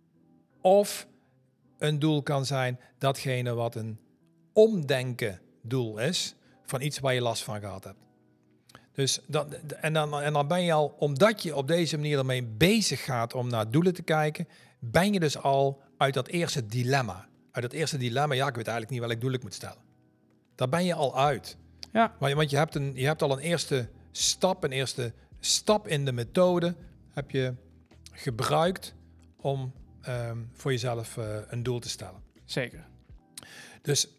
of een doel kan zijn datgene wat een omdenken doel is van iets waar je last van gehad hebt. Dus dat, en, dan, en dan ben je al, omdat je op deze manier ermee bezig gaat om naar doelen te kijken, ben je dus al uit dat eerste dilemma. Uit dat eerste dilemma, ja, ik weet eigenlijk niet welk doel ik moet stellen. Daar ben je al uit. Ja. Want, want je, hebt een, je hebt al een eerste stap, een eerste stap in de methode heb je gebruikt om um, voor jezelf uh, een doel te stellen. Zeker. Dus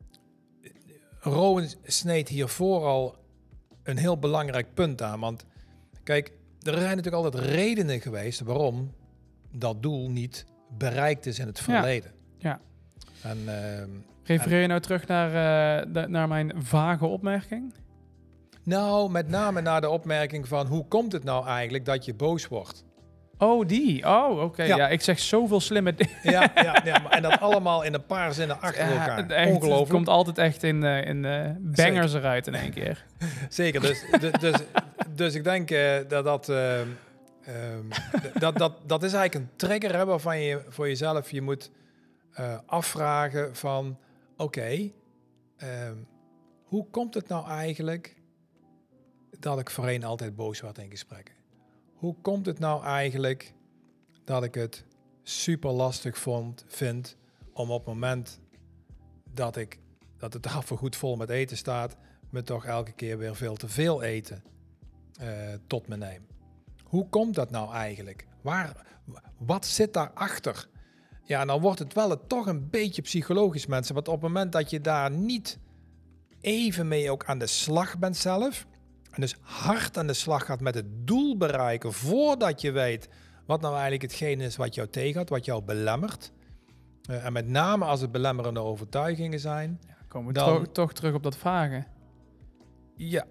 Rowan sneed hiervoor al een heel belangrijk punt aan. Want kijk, er zijn natuurlijk altijd redenen geweest waarom dat doel niet bereikt is in het verleden. Ja. En, uh, Refereer je nou terug naar, uh, de, naar mijn vage opmerking? Nou, met name naar de opmerking van hoe komt het nou eigenlijk dat je boos wordt? Oh, die. Oh, oké. Okay. Ja. ja, ik zeg zoveel slimme dingen. Ja, ja, ja maar, en dat allemaal in een paar zinnen achter ja, elkaar. Echt, Ongelooflijk. Het komt altijd echt in, uh, in uh, bangers Zeker. eruit in één keer. Zeker. Dus, dus, dus, dus ik denk uh, dat dat, uh, um, dat, dat... Dat is eigenlijk een trigger hè, waarvan je voor jezelf je moet uh, afvragen van... Oké, okay, um, hoe komt het nou eigenlijk dat ik voorheen altijd boos werd in gesprekken? Hoe komt het nou eigenlijk dat ik het super lastig vond, vind om op het moment dat, ik, dat de tafel goed vol met eten staat, me toch elke keer weer veel te veel eten uh, tot me neem? Hoe komt dat nou eigenlijk? Waar, wat zit daarachter? Ja, en dan wordt het wel het toch een beetje psychologisch, mensen. Want op het moment dat je daar niet even mee ook aan de slag bent zelf, en dus hard aan de slag gaat met het doel bereiken voordat je weet wat nou eigenlijk hetgeen is wat jou tegenhoudt, wat jou belemmert. Uh, en met name als het belemmerende overtuigingen zijn. Ja, komen we dan, tro- toch terug op dat vage. Ja.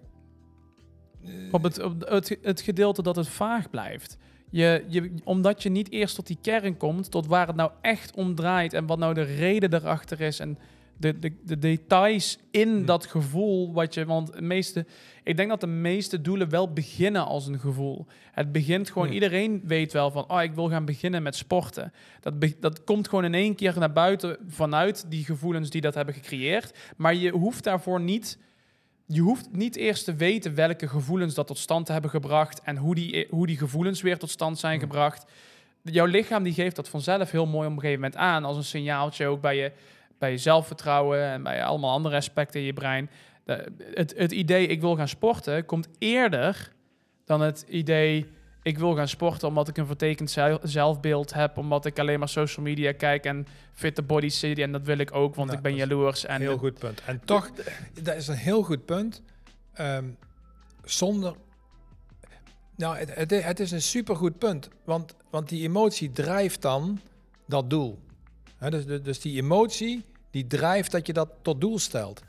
Uh, op het, op het, het gedeelte dat het vaag blijft. Je, je, omdat je niet eerst tot die kern komt, tot waar het nou echt om draait en wat nou de reden erachter is en de, de, de details in hmm. dat gevoel wat je, want de meeste, ik denk dat de meeste doelen wel beginnen als een gevoel. Het begint gewoon, hmm. iedereen weet wel van, oh, ik wil gaan beginnen met sporten. Dat, be, dat komt gewoon in één keer naar buiten vanuit die gevoelens die dat hebben gecreëerd. Maar je hoeft daarvoor niet, je hoeft niet eerst te weten welke gevoelens dat tot stand hebben gebracht en hoe die, hoe die gevoelens weer tot stand zijn hmm. gebracht. Jouw lichaam die geeft dat vanzelf heel mooi op een gegeven moment aan als een signaaltje ook bij je, bij je zelfvertrouwen en bij allemaal andere aspecten in je brein. De, het, het idee ik wil gaan sporten komt eerder dan het idee ik wil gaan sporten omdat ik een vertekend zelfbeeld heb, omdat ik alleen maar social media kijk en fitte body zie en dat wil ik ook, want nou, ik ben jaloers. En heel goed punt. En toch, dat is een heel goed punt. Um, zonder... Nou, het, het, het is een supergoed punt, want, want die emotie drijft dan dat doel. He, dus, dus die emotie, die drijft dat je dat tot doel stelt.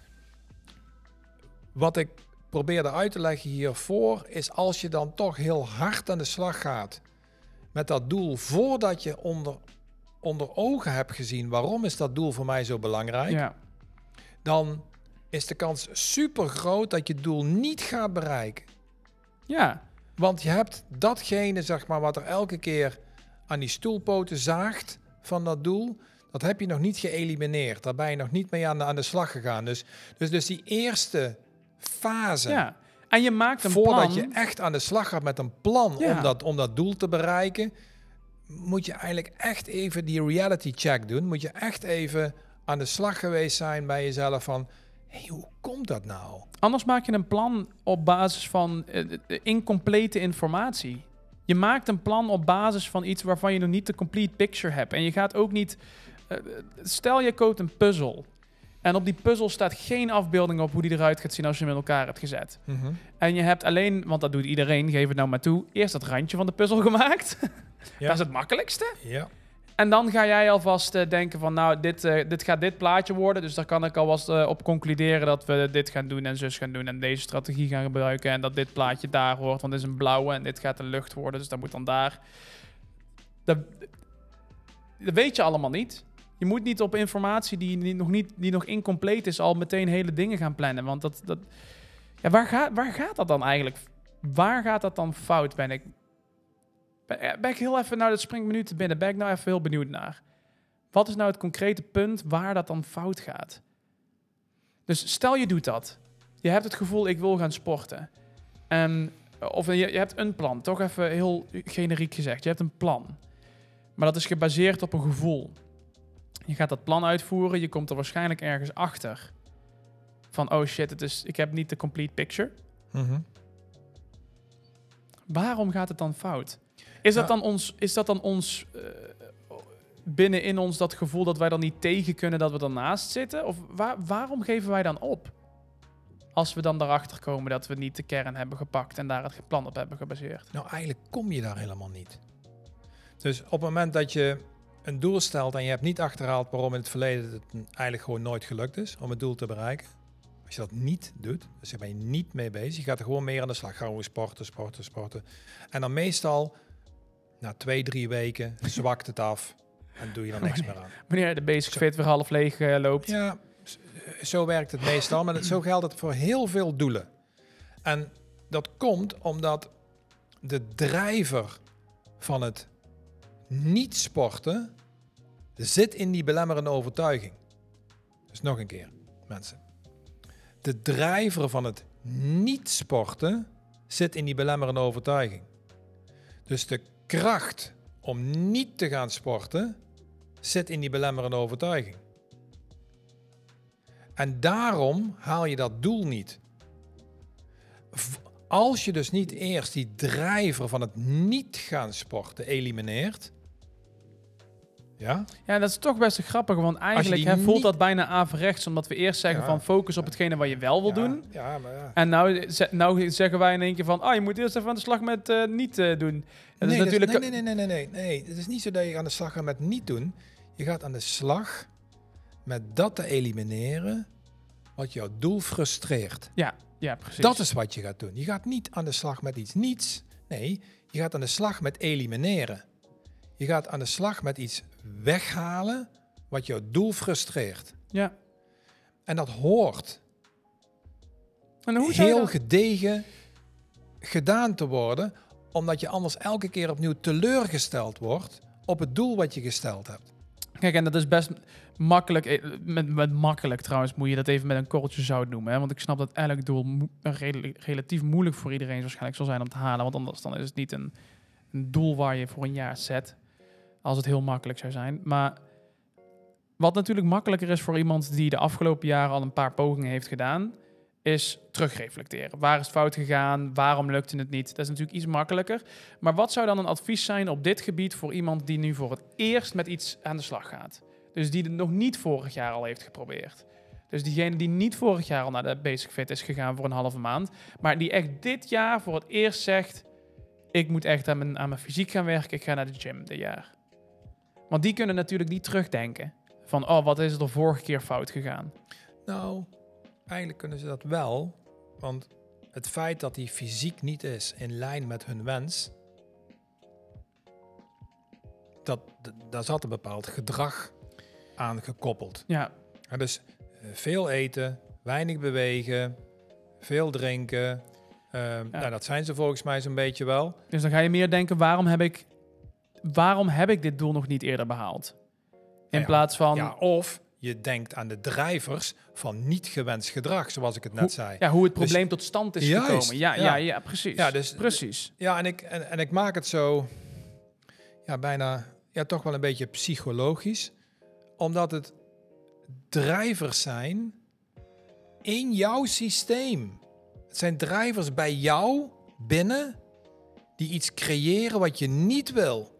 Wat ik probeerde uit te leggen hiervoor, is als je dan toch heel hard aan de slag gaat met dat doel, voordat je onder, onder ogen hebt gezien waarom is dat doel voor mij zo belangrijk, ja. dan is de kans super groot dat je het doel niet gaat bereiken. Ja. Want je hebt datgene, zeg maar, wat er elke keer aan die stoelpoten zaagt van dat doel, dat heb je nog niet geëlimineerd. Daar ben je nog niet mee aan de, aan de slag gegaan. Dus, dus, dus die eerste fase, ja. En je maakt een voordat plan. je echt aan de slag gaat met een plan ja. om, dat, om dat doel te bereiken, moet je eigenlijk echt even die reality check doen. Moet je echt even aan de slag geweest zijn bij jezelf van, hey, hoe komt dat nou? Anders maak je een plan op basis van uh, incomplete informatie. Je maakt een plan op basis van iets waarvan je nog niet de complete picture hebt. En je gaat ook niet... Uh, stel je koopt een puzzel. En op die puzzel staat geen afbeelding op hoe die eruit gaat zien als je hem in elkaar hebt gezet. Mm-hmm. En je hebt alleen, want dat doet iedereen, geef het nou maar toe, eerst dat randje van de puzzel gemaakt. Ja. Dat is het makkelijkste. Ja. En dan ga jij alvast uh, denken van, nou, dit, uh, dit gaat dit plaatje worden. Dus daar kan ik alvast uh, op concluderen dat we dit gaan doen en zus gaan doen. En deze strategie gaan gebruiken. En dat dit plaatje daar hoort, want dit is een blauwe. En dit gaat de lucht worden, dus dat moet dan daar. Dat, dat weet je allemaal niet. Je moet niet op informatie die, die, nog, niet, die nog incompleet is al meteen hele dingen gaan plannen. Want dat... dat ja, waar, gaat, waar gaat dat dan eigenlijk? Waar gaat dat dan fout, ben ik... Ben ik heel even, nou dat springt me nu te binnen, ben ik nou even heel benieuwd naar. Wat is nou het concrete punt waar dat dan fout gaat? Dus stel je doet dat. Je hebt het gevoel, ik wil gaan sporten. En, of je, je hebt een plan, toch even heel generiek gezegd. Je hebt een plan. Maar dat is gebaseerd op een gevoel. Je gaat dat plan uitvoeren, je komt er waarschijnlijk ergens achter. Van, oh shit, het is, ik heb niet de complete picture. Mm-hmm. Waarom gaat het dan fout? Is dat, ja. dan ons, is dat dan ons uh, binnenin ons dat gevoel dat wij dan niet tegen kunnen dat we ernaast zitten? Of waar, waarom geven wij dan op? Als we dan daarachter komen dat we niet de kern hebben gepakt en daar het plan op hebben gebaseerd. Nou, eigenlijk kom je daar helemaal niet. Dus op het moment dat je een doel stelt en je hebt niet achterhaald waarom in het verleden het eigenlijk gewoon nooit gelukt is om het doel te bereiken. Als je dat niet doet, dus je bent je niet mee bezig, je gaat er gewoon meer aan de slag. Gaan we sporten, sporten, sporten. En dan meestal, na twee, drie weken, zwakt het af en doe je er niks meer aan. Wanneer de basic fit weer half leeg uh, loopt. Ja, zo werkt het meestal, maar zo geldt het voor heel veel doelen. En dat komt omdat de drijver van het niet sporten zit in die belemmerende overtuiging. Dus nog een keer, mensen. De drijver van het niet sporten zit in die belemmerende overtuiging. Dus de kracht om niet te gaan sporten zit in die belemmerende overtuiging. En daarom haal je dat doel niet. Als je dus niet eerst die drijver van het niet gaan sporten elimineert. Ja? Ja, dat is toch best grappig, want eigenlijk he, voelt niet... dat bijna averechts, omdat we eerst zeggen ja. van focus op hetgene wat je wel wil ja. doen. Ja, maar ja. En nou, nou zeggen wij in één keer van, ah, je moet eerst even aan de slag met uh, niet uh, doen. Dat nee, is natuurlijk... nee, nee, nee, nee, nee, nee. Het is niet zo dat je aan de slag gaat met niet doen. Je gaat aan de slag met dat te elimineren wat jouw doel frustreert. Ja, ja, precies. Dat is wat je gaat doen. Je gaat niet aan de slag met iets niets. Nee, je gaat aan de slag met elimineren. Je gaat aan de slag met iets weghalen wat jouw doel frustreert. Ja. En dat hoort en hoe heel dan... gedegen gedaan te worden, omdat je anders elke keer opnieuw teleurgesteld wordt op het doel wat je gesteld hebt. Kijk, en dat is best makkelijk, met, met makkelijk trouwens, moet je dat even met een korreltje zout noemen. Hè? Want ik snap dat elk doel mo- rel- relatief moeilijk voor iedereen waarschijnlijk zal zijn om te halen. Want anders dan is het niet een, een doel waar je voor een jaar zet. Als het heel makkelijk zou zijn. Maar wat natuurlijk makkelijker is voor iemand die de afgelopen jaren al een paar pogingen heeft gedaan, is terugreflecteren. Waar is het fout gegaan? Waarom lukte het niet? Dat is natuurlijk iets makkelijker. Maar wat zou dan een advies zijn op dit gebied voor iemand die nu voor het eerst met iets aan de slag gaat? Dus die het nog niet vorig jaar al heeft geprobeerd. Dus diegene die niet vorig jaar al naar de Basic Fit is gegaan voor een halve maand, maar die echt dit jaar voor het eerst zegt, ik moet echt aan mijn, aan mijn fysiek gaan werken, ik ga naar de gym dit jaar. Want die kunnen natuurlijk niet terugdenken van, oh, wat is er de vorige keer fout gegaan? Nou, eigenlijk kunnen ze dat wel, want het feit dat die fysiek niet is in lijn met hun wens, dat, d- daar zat een bepaald gedrag aan gekoppeld. Ja. En dus uh, veel eten, weinig bewegen, veel drinken. Uh, ja. Nou, dat zijn ze volgens mij zo'n beetje wel. Dus dan ga je meer denken, waarom heb ik, waarom heb ik dit doel nog niet eerder behaald? In ja, plaats van... Ja, of je denkt aan de drijvers van niet gewenst gedrag, zoals ik het net hoe, zei. Ja, hoe het probleem dus, tot stand is juist, gekomen. Ja, ja. ja, ja, precies. Ja, dus, precies. Ja, en ik, en, en ik maak het zo, ja, bijna, ja, toch wel een beetje psychologisch, omdat het drijvers zijn in jouw systeem. Het zijn drijvers bij jou binnen die iets creëren wat je niet wil.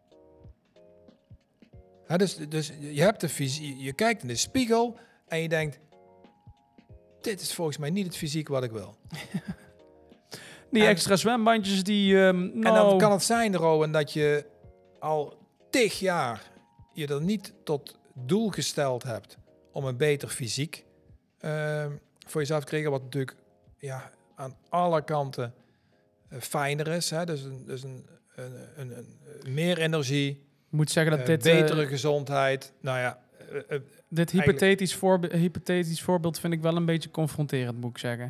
Ja, dus, dus je hebt de fysie, je kijkt in de spiegel en je denkt, dit is volgens mij niet het fysiek wat ik wil. Die en, extra zwembandjes die... Um, nou... En dan kan het zijn, Rowan, dat je al tig jaar je er niet tot doel gesteld hebt om een beter fysiek uh, voor jezelf te krijgen, wat natuurlijk ja, aan alle kanten uh, fijner is. Hè? Dus, een, dus een, een, een, een, meer energie, Ik moet zeggen dat uh, dit... betere uh, gezondheid. Nou ja, uh, uh, dit hypothetisch, voorbe- hypothetisch voorbeeld vind ik wel een beetje confronterend, moet ik zeggen.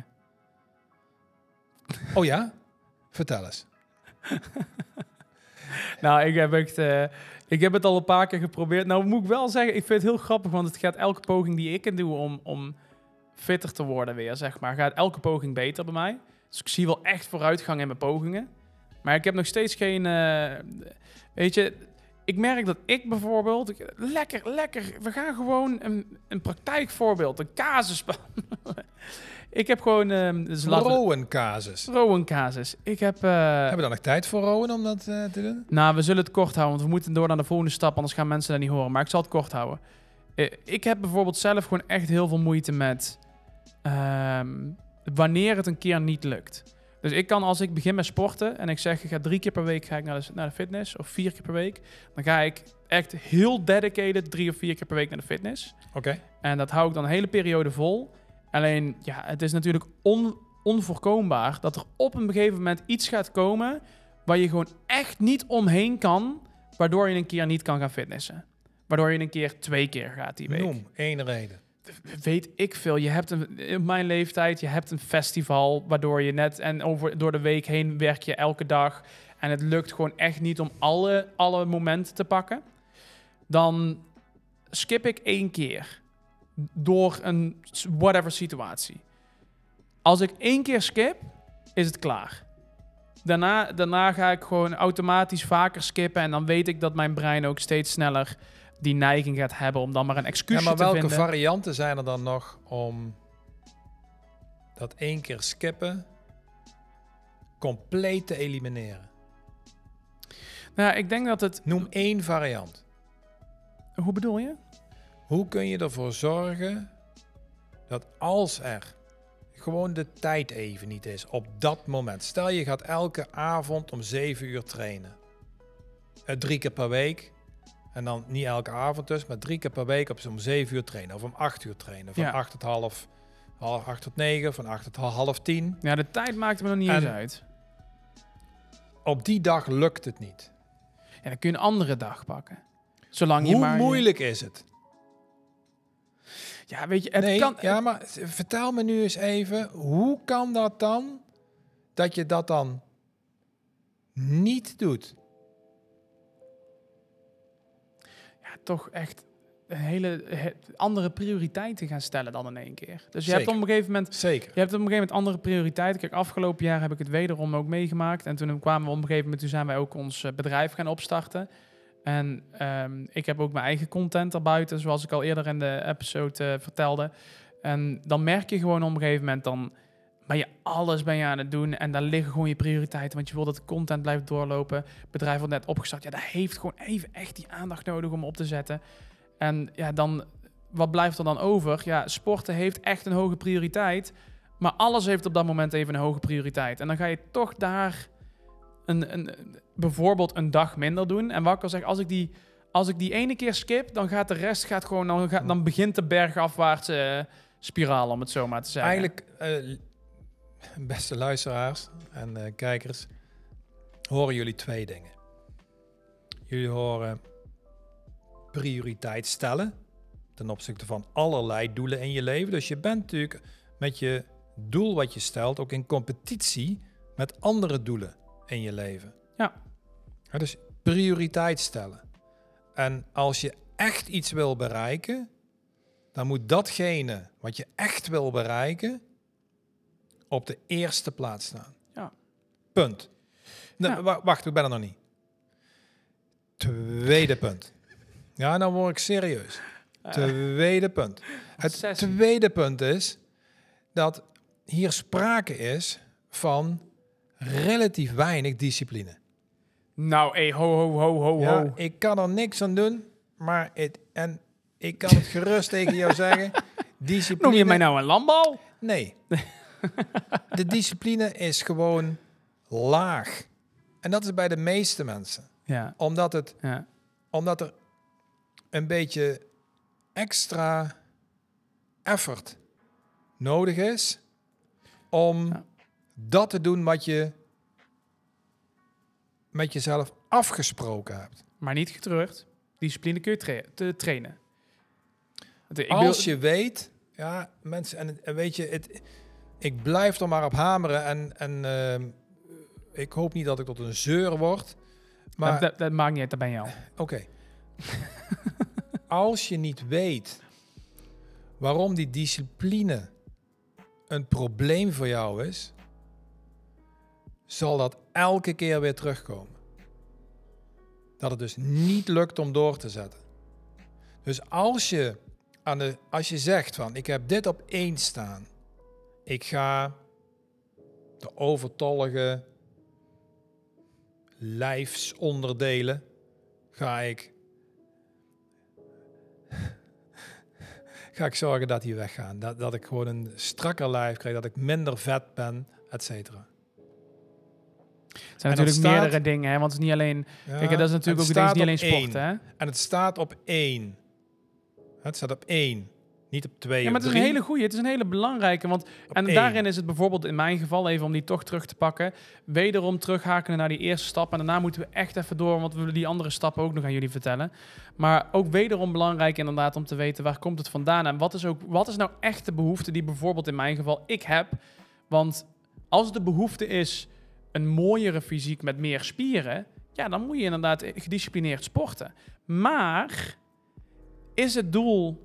Oh ja? Vertel eens. Nou, ik heb echt... Uh, ik heb het al een paar keer geprobeerd. Nou, moet ik wel zeggen, ik vind het heel grappig, want het gaat elke poging die ik doe om, om fitter te worden weer, zeg maar, gaat elke poging beter bij mij. Dus ik zie wel echt vooruitgang in mijn pogingen. Maar ik heb nog steeds geen... Uh, weet je, ik merk dat ik bijvoorbeeld... Lekker, lekker. We gaan gewoon een, een praktijkvoorbeeld, een casus. Ik heb gewoon... Um, dus Rowan casus. Rowan casus. Ik heb... Uh, Hebben we dan nog tijd voor Rowan om dat uh, te doen? Nou, we zullen het kort houden, want we moeten door naar de volgende stap, anders gaan mensen dat niet horen. Maar ik zal het kort houden. Uh, ik heb bijvoorbeeld zelf gewoon echt heel veel moeite met... Um, wanneer het een keer niet lukt. Dus ik kan, als ik begin met sporten en ik zeg, ik ga drie keer per week ga ik naar de, naar de fitness, of vier keer per week, dan ga ik echt heel dedicated drie of vier keer per week naar de fitness. Oké. Okay. En dat hou ik dan een hele periode vol. Alleen, ja, het is natuurlijk on, onvoorkombaar dat er op een gegeven moment iets gaat komen waar je gewoon echt niet omheen kan, waardoor je een keer niet kan gaan fitnessen. Waardoor je een keer twee keer gaat die week. Noem één reden. Weet ik veel. Je hebt een, in mijn leeftijd, je hebt een festival waardoor je net en over door de week heen werk je elke dag en het lukt gewoon echt niet om alle, alle momenten te pakken. Dan skip ik één keer door een whatever situatie. Als ik één keer skip, is het klaar. Daarna, daarna ga ik gewoon automatisch vaker skippen en dan weet ik dat mijn brein ook steeds sneller die neiging gaat hebben om dan maar een excuusje ja, maar te vinden. welke varianten zijn er dan nog om dat één keer skippen compleet te elimineren? Nou, ik denk dat het... Noem één variant. Hoe bedoel je? Hoe kun je ervoor zorgen dat als er gewoon de tijd even niet is op dat moment. Stel je gaat elke avond om zeven uur trainen. Uh, drie keer per week. En dan niet elke avond dus, maar drie keer per week op om zeven uur trainen. Of om acht uur trainen. Van ja. acht tot half, half acht tot negen. Van acht tot half tien. Ja, de tijd maakt me nog niet en eens uit. Op die dag lukt het niet. Ja, dan kun je een andere dag pakken. Zolang Hoe je maar moeilijk is het? Ja, weet je, het nee, kan... Ja, maar vertel me nu eens even, hoe kan dat dan, dat je dat dan niet doet? Ja, toch echt een hele he, andere prioriteiten gaan stellen dan in één keer. Dus je Zeker. hebt op een gegeven moment... Zeker. Je hebt op een gegeven moment andere prioriteiten. Kijk, afgelopen jaar heb ik het wederom ook meegemaakt. En toen kwamen we op een gegeven moment, toen zijn wij ook ons bedrijf gaan opstarten. En um, ik heb ook mijn eigen content erbuiten, zoals ik al eerder in de episode uh, vertelde. En dan merk je gewoon op een gegeven moment, dan ben je alles ben je aan het doen. En daar liggen gewoon je prioriteiten, want je wil dat de content blijft doorlopen. Het bedrijf wordt net opgestart. Ja, dat heeft gewoon even echt die aandacht nodig om op te zetten. En ja, dan, wat blijft er dan over? Ja, sporten heeft echt een hoge prioriteit. Maar alles heeft op dat moment even een hoge prioriteit. En dan ga je toch daar... Een, een, bijvoorbeeld een dag minder doen. En wat ik al zeg, als ik die, als ik die ene keer skip, dan gaat de rest gaat gewoon, dan, gaat, dan begint de bergafwaartse uh, spiraal, om het zo maar te zeggen. Eigenlijk, uh, beste luisteraars en uh, kijkers, horen jullie twee dingen. Jullie horen prioriteit stellen ten opzichte van allerlei doelen in je leven. Dus je bent natuurlijk met je doel wat je stelt ook in competitie met andere doelen in je leven. Ja. Ja, dus prioriteit stellen. En als je echt iets wil bereiken, dan moet datgene wat je echt wil bereiken op de eerste plaats staan. Ja. Punt. Nee, ja. w- wacht, ik ben er nog niet. Tweede punt. Ja, nou word ik serieus. Uh, tweede punt. Het sessie. tweede punt is dat hier sprake is van relatief weinig discipline. Nou, hey, ho, ho, ho, ho, ja, ho. Ik kan er niks aan doen, maar het, en ik kan het gerust tegen jou zeggen. Discipline... Noem je mij nou een landbal? Nee. De discipline is gewoon laag. En dat is bij de meeste mensen. Ja. Omdat het, ja. omdat er een beetje extra effort nodig is om ja. dat te doen wat je met jezelf afgesproken hebt. Maar niet getreurd. Discipline kun je tra- te trainen. Ik Als je weet, ja, mensen, en, en weet je, het, ik blijf er maar op hameren en, en uh, ik hoop niet dat ik tot een zeur word. Maar dat, dat, dat maakt niet uit, dat ben je al. Oké. Okay. Als je niet weet waarom die discipline een probleem voor jou is, zal dat elke keer weer terugkomen. Dat het dus niet lukt om door te zetten. Dus als je, aan de, als je zegt van, ik heb dit op één staan. Ik ga de overtollige lijfsonderdelen, ga ik, ga ik zorgen dat die weggaan. Dat, dat ik gewoon een strakker lijf krijg, dat ik minder vet ben, et cetera. Het zijn natuurlijk staat, meerdere dingen, hè? Want het is niet alleen... Ja, kijk, dat is natuurlijk ook niet alleen sport, hè? En het staat op één. Het staat op één. Niet op twee ja, maar of het drie. is een hele goeie. Het is een hele belangrijke. Want, en één. Daarin is het bijvoorbeeld in mijn geval, even om die toch terug te pakken, wederom terughakelen naar die eerste stap. En daarna moeten we echt even door, want we willen die andere stappen ook nog aan jullie vertellen. Maar ook wederom belangrijk inderdaad om te weten, waar komt het vandaan? En wat is, ook, wat is nou echt de behoefte die bijvoorbeeld in mijn geval ik heb? Want als de behoefte is een mooiere fysiek met meer spieren, ja, dan moet je inderdaad gedisciplineerd sporten. Maar is het doel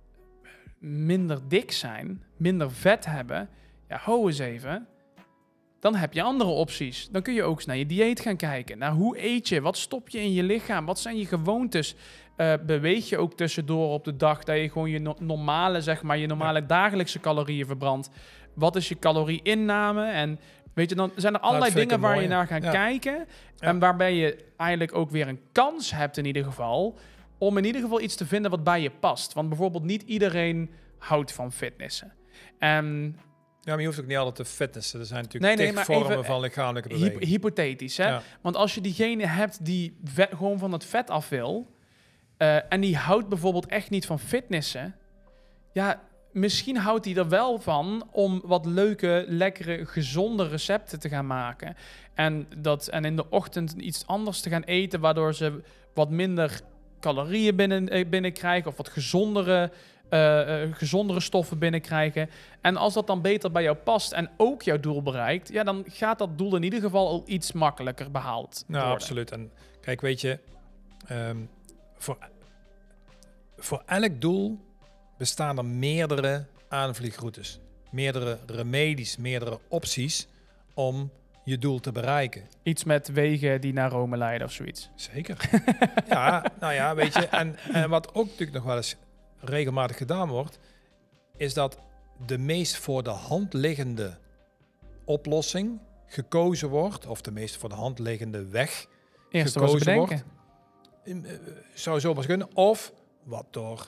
minder dik zijn, minder vet hebben, ja, ho eens even, dan heb je andere opties. Dan kun je ook eens naar je dieet gaan kijken. Naar hoe eet je? Wat stop je in je lichaam? Wat zijn je gewoontes? Uh, beweeg je ook tussendoor op de dag dat je gewoon je no- normale, zeg maar, je normale ja. dagelijkse calorieën verbrandt? Wat is je calorieinname? En weet je, dan zijn er allerlei nou, dingen waar mooi. je naar gaat ja. kijken. Ja. En waarbij je eigenlijk ook weer een kans hebt in ieder geval om in ieder geval iets te vinden wat bij je past. Want bijvoorbeeld niet iedereen houdt van fitnessen. En ja, maar je hoeft ook niet altijd te fitnessen. Er zijn natuurlijk nee, nee, vormen even, van lichamelijke beweging. Hy- hypothetisch, hè? Ja. Want als je diegene hebt die vet, gewoon van het vet af wil, uh, en die houdt bijvoorbeeld echt niet van fitnessen, ja, misschien houdt hij er wel van om wat leuke, lekkere, gezonde recepten te gaan maken. En, dat, en in de ochtend iets anders te gaan eten, waardoor ze wat minder calorieën binnen, binnenkrijgen of wat gezondere, uh, uh, gezondere stoffen binnenkrijgen. En als dat dan beter bij jou past en ook jouw doel bereikt, ja, dan gaat dat doel in ieder geval al iets makkelijker behaald nou, worden. Absoluut. En kijk, weet je, um, voor, voor elk doel bestaan er meerdere aanvliegroutes, meerdere remedies, meerdere opties om je doel te bereiken. Iets met wegen die naar Rome leiden of zoiets. Zeker. ja, nou ja, weet je. En, en wat ook natuurlijk nog wel eens regelmatig gedaan wordt, is dat de meest voor de hand liggende oplossing gekozen wordt, of de meest voor de hand liggende weg Eerst gekozen wordt. Uh, zou zomaar kunnen. Of wat door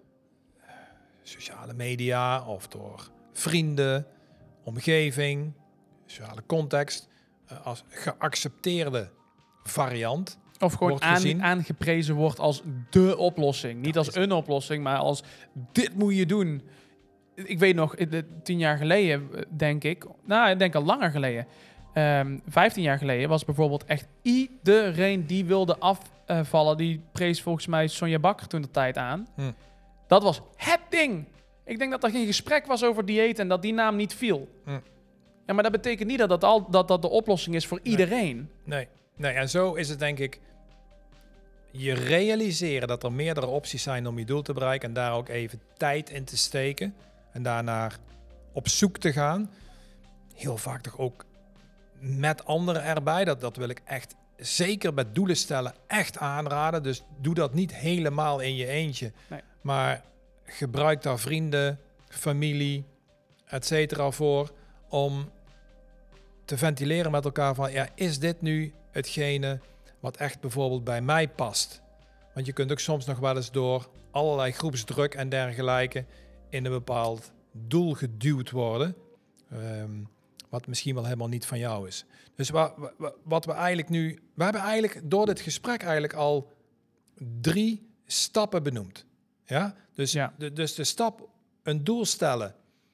sociale media of door vrienden, omgeving, sociale context, uh, als geaccepteerde variant. Of gewoon aan, aangeprezen wordt als de oplossing. Niet als een oplossing, maar als dit moet je doen. Ik weet nog, tien jaar geleden, denk ik, nou, ik denk al langer geleden, um, vijftien jaar geleden, was bijvoorbeeld echt iedereen die wilde afvallen, die prees volgens mij Sonja Bakker toen de tijd aan. Hm. Dat was het ding. Ik denk dat er geen gesprek was over dieet en dat die naam niet viel. Hm. Ja, maar dat betekent niet dat dat, al, dat dat de oplossing is voor nee. iedereen. Nee. nee, en zo is het denk ik, je realiseren dat er meerdere opties zijn om je doel te bereiken en daar ook even tijd in te steken en daarnaar op zoek te gaan. Heel vaak toch ook met anderen erbij. Dat, dat wil ik echt zeker met doelen stellen echt aanraden. Dus doe dat niet helemaal in je eentje. Nee. Maar gebruik daar vrienden, familie, et cetera voor om te ventileren met elkaar van, ja, is dit nu hetgene wat echt bijvoorbeeld bij mij past? Want je kunt ook soms nog wel eens door allerlei groepsdruk en dergelijke in een bepaald doel geduwd worden, um, wat misschien wel helemaal niet van jou is. Dus wa, wa, wat we eigenlijk nu, we hebben eigenlijk door dit gesprek eigenlijk al drie stappen benoemd. Ja? Dus, Ja. De, dus de stap, een doel stellen,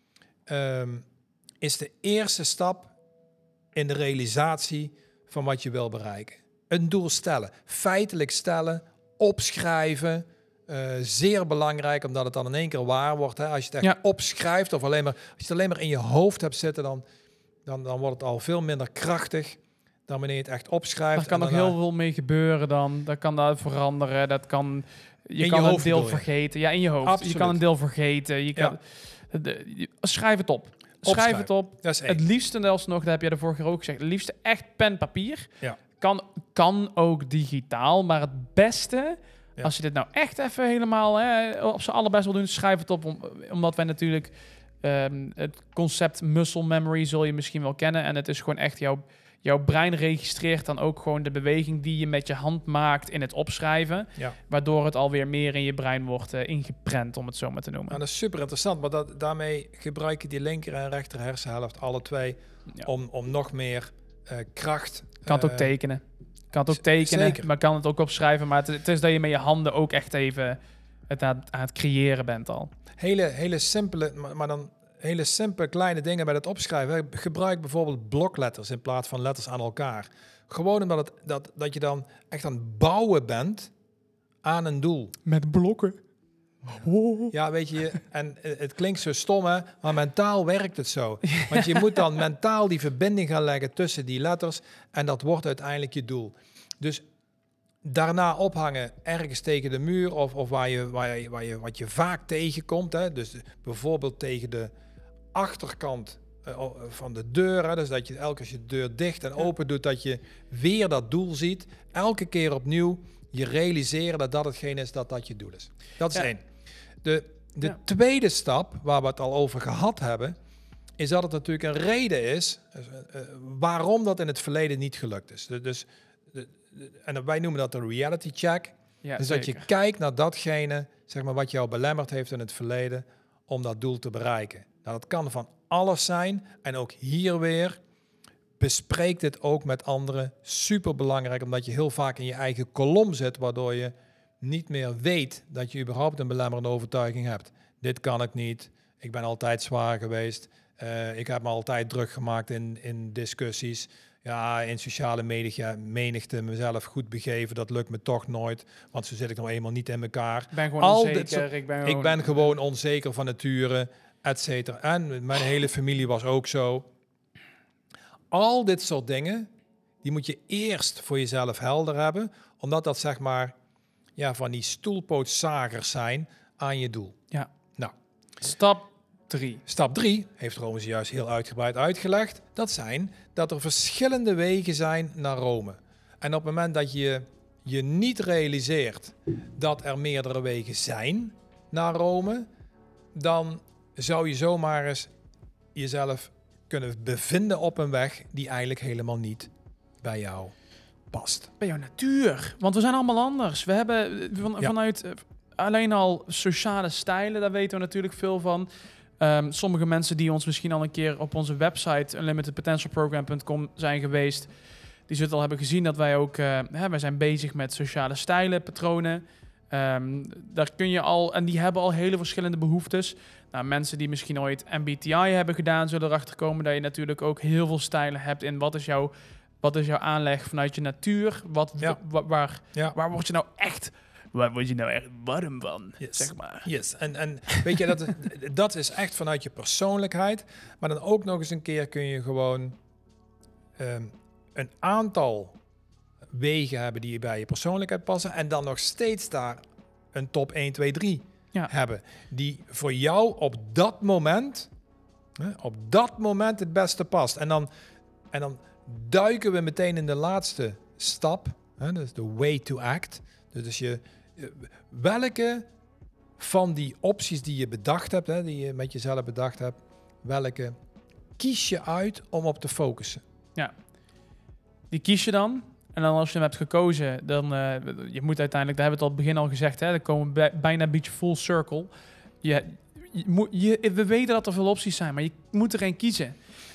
um, is de eerste stap in de realisatie van wat je wil bereiken. Een doel stellen, feitelijk stellen, opschrijven. Uh, zeer belangrijk, omdat het dan in één keer waar wordt. Hè? Als je het echt ja. opschrijft of alleen maar, als je het alleen maar in je hoofd hebt zitten, dan, dan, dan wordt het al veel minder krachtig dan wanneer je het echt opschrijft. Daar kan nog daarna... heel veel mee gebeuren dan. Dat kan dat veranderen. Dat kan, je in kan je een hoofd deel je. vergeten. Ja, in je hoofd. Absoluut. Je kan een deel vergeten. Je kan, ja. de, je, schrijf het op. Schrijf het op. Het liefste zelfs nog, dat heb jij de vorige keer ook gezegd, het liefste echt pen, papier. Ja. Kan, kan ook digitaal, maar het beste... Ja. Als je dit nou echt even helemaal hè, op z'n allerbest wil doen, schrijf het op. Om, omdat wij natuurlijk um, het concept muscle memory zul je misschien wel kennen. En het is gewoon echt jouw, jouw brein registreert dan ook gewoon de beweging die je met je hand maakt in het opschrijven. Ja. Waardoor het alweer meer in je brein wordt uh, ingeprent, om het zo maar te noemen. Nou, dat is super interessant, maar dat, daarmee gebruik je die linker en rechter hersenhelft, alle twee, ja. om, om nog meer uh, kracht... Kan het ook uh, tekenen. Kan het ook tekenen, Zeker. maar kan het ook opschrijven. Maar het, het is dat je met je handen ook echt even het aan, aan het creëren bent al. Hele, hele simpele, maar, maar dan hele simpele kleine dingen bij het opschrijven. Gebruik bijvoorbeeld blokletters in plaats van letters aan elkaar. Gewoon omdat het, dat, dat je dan echt aan het bouwen bent aan een doel. Met blokken. Oh. Ja, weet je, en het klinkt zo stom, hè, maar mentaal werkt het zo. Want je moet dan mentaal die verbinding gaan leggen tussen die letters en dat wordt uiteindelijk je doel. Dus daarna ophangen ergens tegen de muur of, of waar je, waar je, waar je, wat je vaak tegenkomt. Hè, dus bijvoorbeeld tegen de achterkant uh, van de deur. Hè, dus dat je elke keer je deur dicht en open doet, dat je weer dat doel ziet. Elke keer opnieuw je realiseren dat dat hetgeen is dat dat je doel is. Dat is ja. één. De, de ja. tweede stap, waar we het al over gehad hebben, is dat het natuurlijk een reden is uh, uh, waarom dat in het verleden niet gelukt is. De, dus, de, de, en wij noemen dat een reality check. Ja, dus zeker. Dat je kijkt naar datgene, zeg maar, wat jou belemmerd heeft in het verleden om dat doel te bereiken. Nou, dat kan van alles zijn. En ook hier weer, bespreek dit ook met anderen. Super belangrijk, omdat je heel vaak in je eigen kolom zit, waardoor je niet meer weet dat je überhaupt een belemmerende overtuiging hebt. Dit kan ik niet. Ik ben altijd zwaar geweest. Uh, ik heb me altijd druk gemaakt in, in discussies. Ja, in sociale media, menigte mezelf goed begeven. Dat lukt me toch nooit. Want zo zit ik nou eenmaal niet in elkaar. Ik ben gewoon Al onzeker. Soort, ik, ben gewoon... ik ben gewoon onzeker van nature, et cetera. En mijn hele familie was ook zo. Al dit soort dingen, die moet je eerst voor jezelf helder hebben. Omdat dat, zeg maar, ja, van die stoelpootzagers zijn aan je doel. Ja. Nou. Stap drie. Stap drie, heeft Rome juist heel uitgebreid uitgelegd. Dat zijn dat er verschillende wegen zijn naar Rome. En op het moment dat je je niet realiseert dat er meerdere wegen zijn naar Rome, dan zou je zomaar eens jezelf kunnen bevinden op een weg die eigenlijk helemaal niet bij jou past. Bij jouw natuur. Want we zijn allemaal anders. We hebben van, ja. vanuit uh, alleen al sociale stijlen, daar weten we natuurlijk veel van. Um, sommige mensen die ons misschien al een keer op onze website unlimited potential program punt com zijn geweest, die zullen al hebben gezien dat wij ook, uh, hè, wij zijn bezig met sociale stijlen, patronen. Um, daar kun je al, en die hebben al hele verschillende behoeftes. Nou, mensen die misschien ooit M B T I hebben gedaan, zullen erachter komen dat je natuurlijk ook heel veel stijlen hebt in wat is jouw, wat is jouw aanleg vanuit je natuur? Wat, ja. w- w- waar, ja. waar word je nou echt, waar word je nou echt warm van, yes. zeg maar. Yes, en, en weet je, dat, dat is echt vanuit je persoonlijkheid. Maar dan ook nog eens een keer kun je gewoon um, een aantal wegen hebben die bij je persoonlijkheid passen. En dan nog steeds daar een top één, twee, drie ja. hebben. Die voor jou op dat moment, hè, op dat moment het beste past. En dan, en dan duiken we meteen in de laatste stap. Hè, dat is de way to act. Dus je, welke van die opties die je bedacht hebt, hè, die je met jezelf bedacht hebt, welke kies je uit om op te focussen? Ja, die kies je dan. En dan als je hem hebt gekozen, dan uh, je moet uiteindelijk, daar hebben we het al het begin al gezegd, hè, dan komen we bijna een beetje full circle. Je, je, je, we weten dat er veel opties zijn, maar je moet er één kiezen.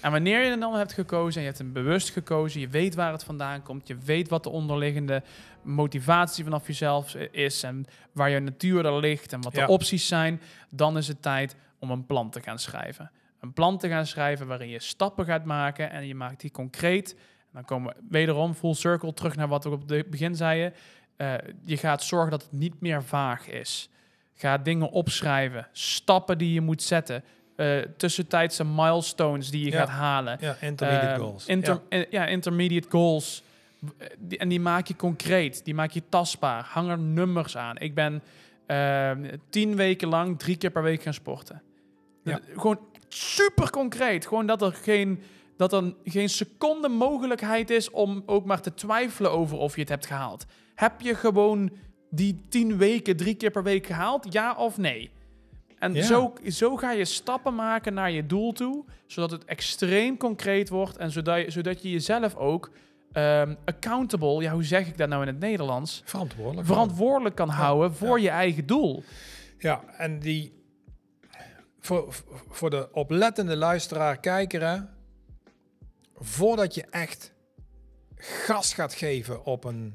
En wanneer je er dan hebt gekozen en je hebt hem bewust gekozen, je weet waar het vandaan komt, je weet wat de onderliggende motivatie vanaf jezelf is en waar je natuur er ligt en wat Ja. de opties zijn, dan is het tijd om een plan te gaan schrijven. Een plan te gaan schrijven waarin je stappen gaat maken en je maakt die concreet. En dan komen we wederom full circle terug naar wat we op het begin zeiden. Uh, je gaat zorgen dat het niet meer vaag is. Ga dingen opschrijven, stappen die je moet zetten, uh, tussentijdse milestones die je Ja. gaat halen. Ja, intermediate Uh, goals. Inter- ja. uh, ja, intermediate goals. Die, en die maak je concreet, die maak je tastbaar. Hang er nummers aan. Ik ben uh, tien weken lang drie keer per week gaan sporten. Ja. Dat, gewoon super concreet. Gewoon dat er geen, dat er geen seconde mogelijkheid is om ook maar te twijfelen over of je het hebt gehaald. Heb je gewoon die tien weken drie keer per week gehaald? Ja of nee? En Ja. zo, zo ga je stappen maken naar je doel toe, zodat het extreem concreet wordt en zodat je, zodat je jezelf ook um, accountable, ja, hoe zeg ik dat nou in het Nederlands? Verantwoordelijk. Verantwoordelijk kan Ja. houden voor Ja. je eigen doel. Ja, en die... Voor, voor de oplettende luisteraar, kijker, hè, voordat je echt gas gaat geven op een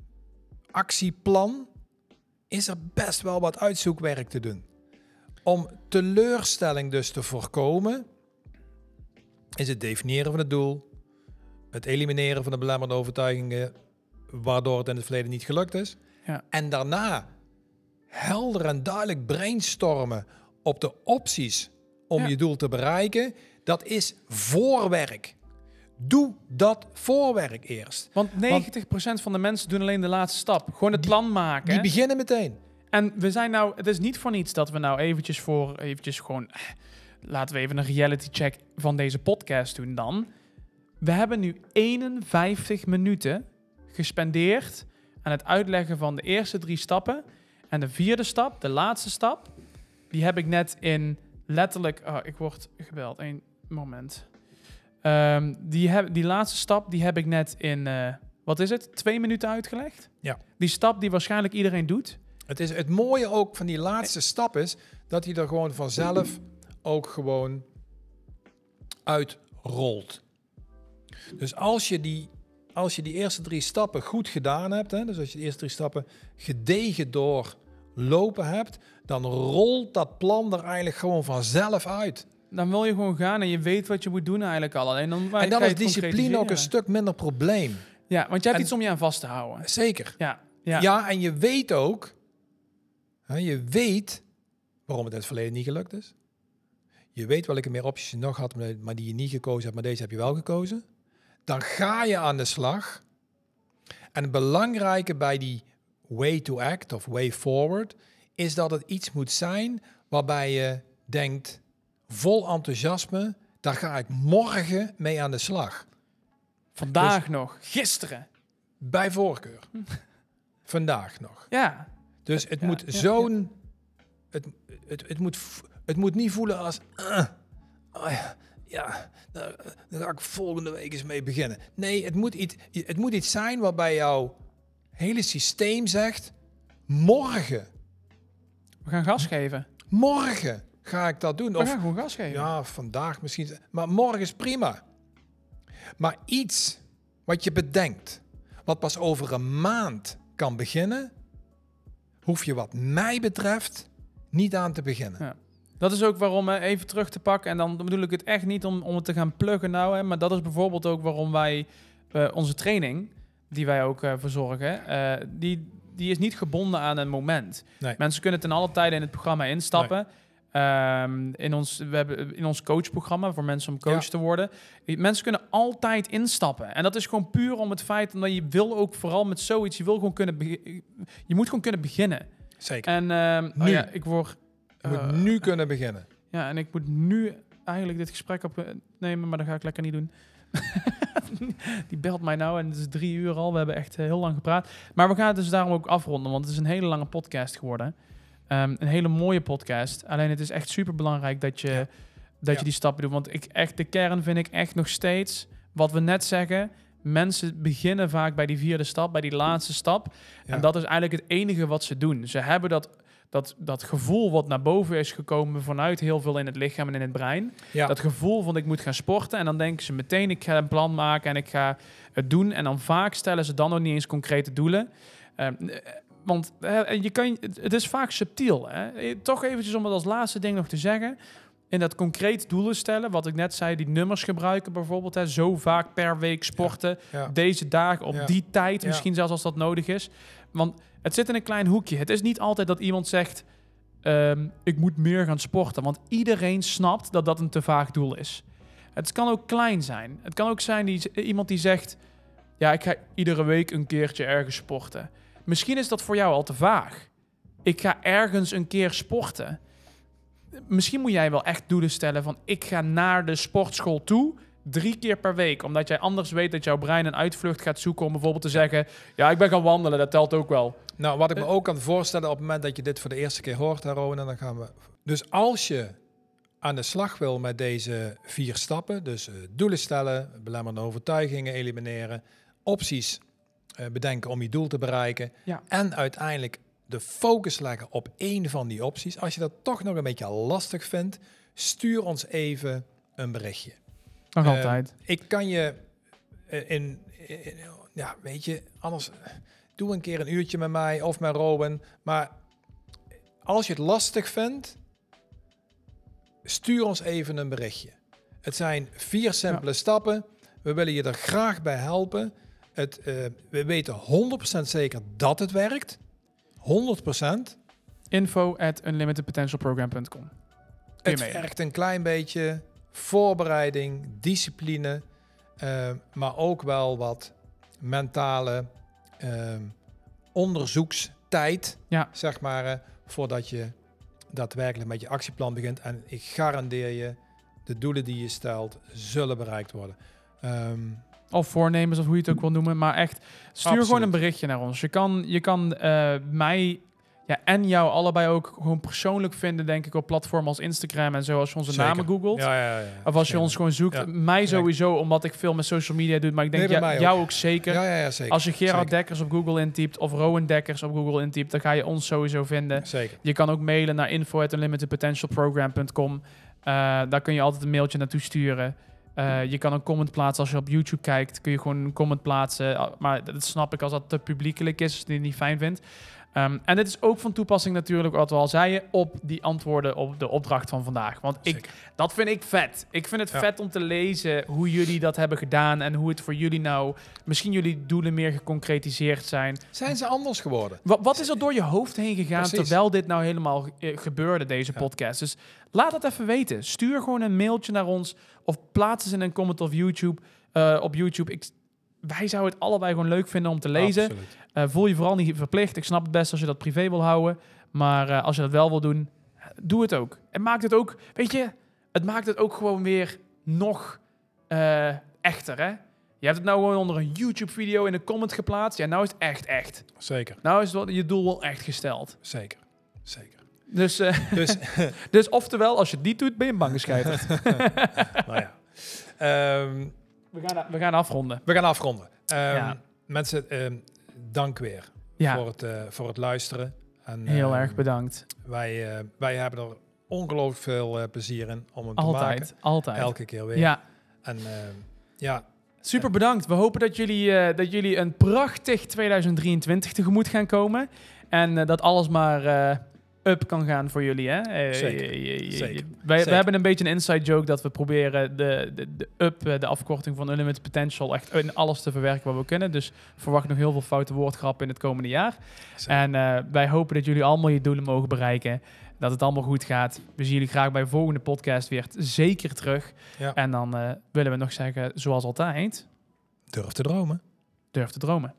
actieplan, is er best wel wat uitzoekwerk te doen. Om teleurstelling dus te voorkomen, is het definiëren van het doel, het elimineren van de belemmerende overtuigingen, waardoor het in het verleden niet gelukt is. Ja. En daarna helder en duidelijk brainstormen op de opties om Ja. je doel te bereiken. Dat is voorwerk. Doe dat voorwerk eerst. Want negentig procent van de mensen doen alleen de laatste stap. Gewoon het plan maken. Die beginnen meteen. En we zijn nou, het is niet voor niets dat we nou eventjes voor, eventjes gewoon, eh, laten we even een reality check van deze podcast doen dan. We hebben nu eenenvijftig minuten gespendeerd aan het uitleggen van de eerste drie stappen. En de vierde stap, de laatste stap, die heb ik net in letterlijk, oh, ik word gebeld, één moment. Um, die, heb, die laatste stap, die heb ik net in, uh, wat is het, twee minuten uitgelegd? Ja. Die stap die waarschijnlijk iedereen doet. Het, is, het mooie ook van die laatste stap is dat hij er gewoon vanzelf ook gewoon uitrolt. Dus als je die, als je die eerste drie stappen goed gedaan hebt, hè, dus als je de eerste drie stappen gedegen doorlopen hebt, dan rolt dat plan er eigenlijk gewoon vanzelf uit. Dan wil je gewoon gaan en je weet wat je moet doen eigenlijk al. Alleen dan En dan is is discipline ook een stuk minder probleem. Ja, want je hebt En, iets om je aan vast te houden. Zeker. Ja, ja. Ja, en je weet ook, hè, je weet waarom het in het verleden niet gelukt is. Je weet welke meer opties je nog had, maar die je niet gekozen hebt, maar deze heb je wel gekozen. Dan ga je aan de slag. En het belangrijke bij die way to act of way forward is dat het iets moet zijn waarbij je denkt, vol enthousiasme, daar ga ik morgen mee aan de slag. Vandaag Dus, nog, gisteren. Bij voorkeur. Vandaag nog. Ja. Dus het ja, moet ja, zo'n... Ja. Het, het, het, moet, het moet niet voelen als... Uh, oh ja, ja daar, daar ga ik volgende week eens mee beginnen. Nee, het moet, iets, het moet iets zijn waarbij jouw hele systeem zegt... Morgen. We gaan gas geven. Morgen ga ik dat doen. We Of, gaan gewoon gas geven. ja, vandaag misschien. Maar morgen is prima. Maar iets wat je bedenkt, wat pas over een maand kan beginnen, hoef je wat mij betreft niet aan te beginnen. Ja. Dat is ook waarom, hè, even terug te pakken, en dan bedoel ik het echt niet om, om het te gaan pluggen nou, hè, maar dat is bijvoorbeeld ook waarom wij uh, onze training, die wij ook uh, verzorgen, uh, die, die is niet gebonden aan een moment. Nee. Mensen kunnen ten alle tijde in het programma instappen. Nee. Um, in, ons, we hebben in ons coachprogramma voor mensen om coach ja. te worden. Mensen kunnen altijd instappen. En dat is gewoon puur om het feit dat je wil ook vooral met zoiets, je wil gewoon kunnen be- je moet gewoon kunnen beginnen. Zeker. En um, nu. Oh ja, ik word je moet uh, nu kunnen beginnen. Ja, en ik moet nu eigenlijk dit gesprek opnemen, maar dat ga ik lekker niet doen. Die belt mij nou en het is drie uur al. We hebben echt uh, heel lang gepraat. Maar we gaan het dus daarom ook afronden, want het is een hele lange podcast geworden. Um, een hele mooie podcast. Alleen het is echt super belangrijk dat je, ja. dat ja. je die stappen doet. Want ik echt, de kern vind ik echt nog steeds, wat we net zeggen, mensen beginnen vaak bij die vierde stap, bij die laatste stap. Ja. En dat is eigenlijk het enige wat ze doen. Ze hebben dat, dat, dat gevoel wat naar boven is gekomen vanuit heel veel in het lichaam en in het brein. Ja. Dat gevoel van ik moet gaan sporten. En dan denken ze meteen, ik ga een plan maken en ik ga het doen. En dan vaak stellen ze dan nog niet eens concrete doelen. Uh, want uh, je kan, het is vaak subtiel. Hè? Toch eventjes om het als laatste ding nog te zeggen. In dat concreet doelen stellen, wat ik net zei, die nummers gebruiken bijvoorbeeld. Hè, zo vaak per week sporten, Ja. Ja. deze dagen, op Ja. die tijd, Ja. misschien zelfs als dat nodig is. Want het zit in een klein hoekje. Het is niet altijd dat iemand zegt, um, ik moet meer gaan sporten. Want iedereen snapt dat dat een te vaag doel is. Het kan ook klein zijn. Het kan ook zijn die, iemand die zegt, ja, ik ga iedere week een keertje ergens sporten. Misschien is dat voor jou al te vaag. Ik ga ergens een keer sporten. Misschien moet jij wel echt doelen stellen van ik ga naar de sportschool toe drie keer per week. Omdat jij anders weet dat jouw brein een uitvlucht gaat zoeken om bijvoorbeeld te zeggen, ja, ik ben gaan wandelen, dat telt ook wel. Nou, wat ik me ook kan voorstellen op het moment dat je dit voor de eerste keer hoort, hè, Rowan, dan gaan we... Dus als je aan de slag wil met deze vier stappen, dus uh, doelen stellen, belemmerende overtuigingen elimineren, opties uh, bedenken om je doel te bereiken Ja. en uiteindelijk de focus leggen op één van die opties. Als je dat toch nog een beetje lastig vindt, stuur ons even een berichtje. Nog Uh, altijd. Ik kan je uh, in, in, ja, weet je, anders doe een keer een uurtje met mij of met Robin. Maar als je het lastig vindt, stuur ons even een berichtje. Het zijn vier simpele ja. stappen. We willen je er graag bij helpen. Het, uh, we weten honderd procent zeker dat het werkt. honderd procent. info at unlimited potential program dot com. Het vergt een klein beetje voorbereiding, discipline, uh, maar ook wel wat mentale uh, onderzoekstijd, ja. zeg maar, uh, voordat je daadwerkelijk met je actieplan begint. En ik garandeer je, de doelen die je stelt, zullen bereikt worden. Um, Of voornemens, of hoe je het ook wil noemen. Maar echt, stuur Absoluut. gewoon een berichtje naar ons. Je kan, je kan uh, mij ja, en jou allebei ook gewoon persoonlijk vinden, denk ik, op platformen als Instagram en zo, als je onze Zeker. namen googelt. Ja, ja, ja, ja. Of als je ja. ons gewoon zoekt. Ja. Mij sowieso, omdat ik veel met social media doe. Maar ik denk nee, ja, jou ook, ook zeker. Ja, ja, ja, zeker. Als je Gerard zeker. Dekkers op Google intypt of Rowan Dekkers op Google intypt, dan ga je ons sowieso vinden. Zeker. Je kan ook mailen naar info at unlimited potential program dot com. Uh, daar kun je altijd een mailtje naartoe sturen. Uh, je kan een comment plaatsen als je op YouTube kijkt. Kun je gewoon een comment plaatsen. Maar dat snap ik als dat te publiekelijk is, als je het niet fijn vindt. Um, en dit is ook van toepassing natuurlijk, wat we al zeiden, op die antwoorden op de opdracht van vandaag. Want ik, dat vind ik vet. Ik vind het ja. vet om te lezen hoe jullie dat hebben gedaan en hoe het voor jullie nou, misschien jullie doelen meer geconcretiseerd zijn. Zijn ze anders geworden? Wat, wat is er door je hoofd heen gegaan Precies. terwijl dit nou helemaal uh, gebeurde, deze ja. podcast? Dus laat het even weten. Stuur gewoon een mailtje naar ons of plaats het in een comment of YouTube, uh, op YouTube. Ik, wij zouden het allebei gewoon leuk vinden om te lezen. Uh, voel je vooral niet verplicht. Ik snap het best als je dat privé wil houden. Maar uh, als je dat wel wil doen, doe het ook. En maakt het ook, weet je, het maakt het ook gewoon weer nog uh, echter, hè? Je hebt het nou gewoon onder een YouTube-video in de comment geplaatst. Ja, nou is het echt echt. Zeker. Nou is het, je doel wel echt gesteld. Zeker, zeker. Dus, uh, dus, dus oftewel, als je het niet doet, ben je bang gescheiterd. Nou ja. Um, we, gaan, we gaan afronden. We gaan afronden. Um, ja. Mensen, um, dank weer ja. voor, het, uh, voor het luisteren. En, Heel uh, erg bedankt. Wij, uh, wij hebben er ongelooflijk veel uh, plezier in om hem te altijd, maken. Altijd, Elke keer weer. Ja. En uh, ja... Super bedankt. We hopen dat jullie, uh, dat jullie een prachtig tweeduizend drieëntwintig tegemoet gaan komen. En uh, dat alles maar uh, up kan gaan voor jullie. Hè? Uh, Zeker. Je, je, je, Zeker. Wij, Zeker. We hebben een beetje een inside joke dat we proberen de, de, de up, de afkorting van Unlimited Potential, echt in alles te verwerken wat we kunnen. Dus verwacht nog heel veel foute woordgrappen in het komende jaar. Zeker. En uh, wij hopen dat jullie allemaal je doelen mogen bereiken. Dat het allemaal goed gaat. We zien jullie graag bij de volgende podcast weer zeker terug. Ja. En dan uh, willen we nog zeggen, zoals altijd... Durf te dromen. Durf te dromen.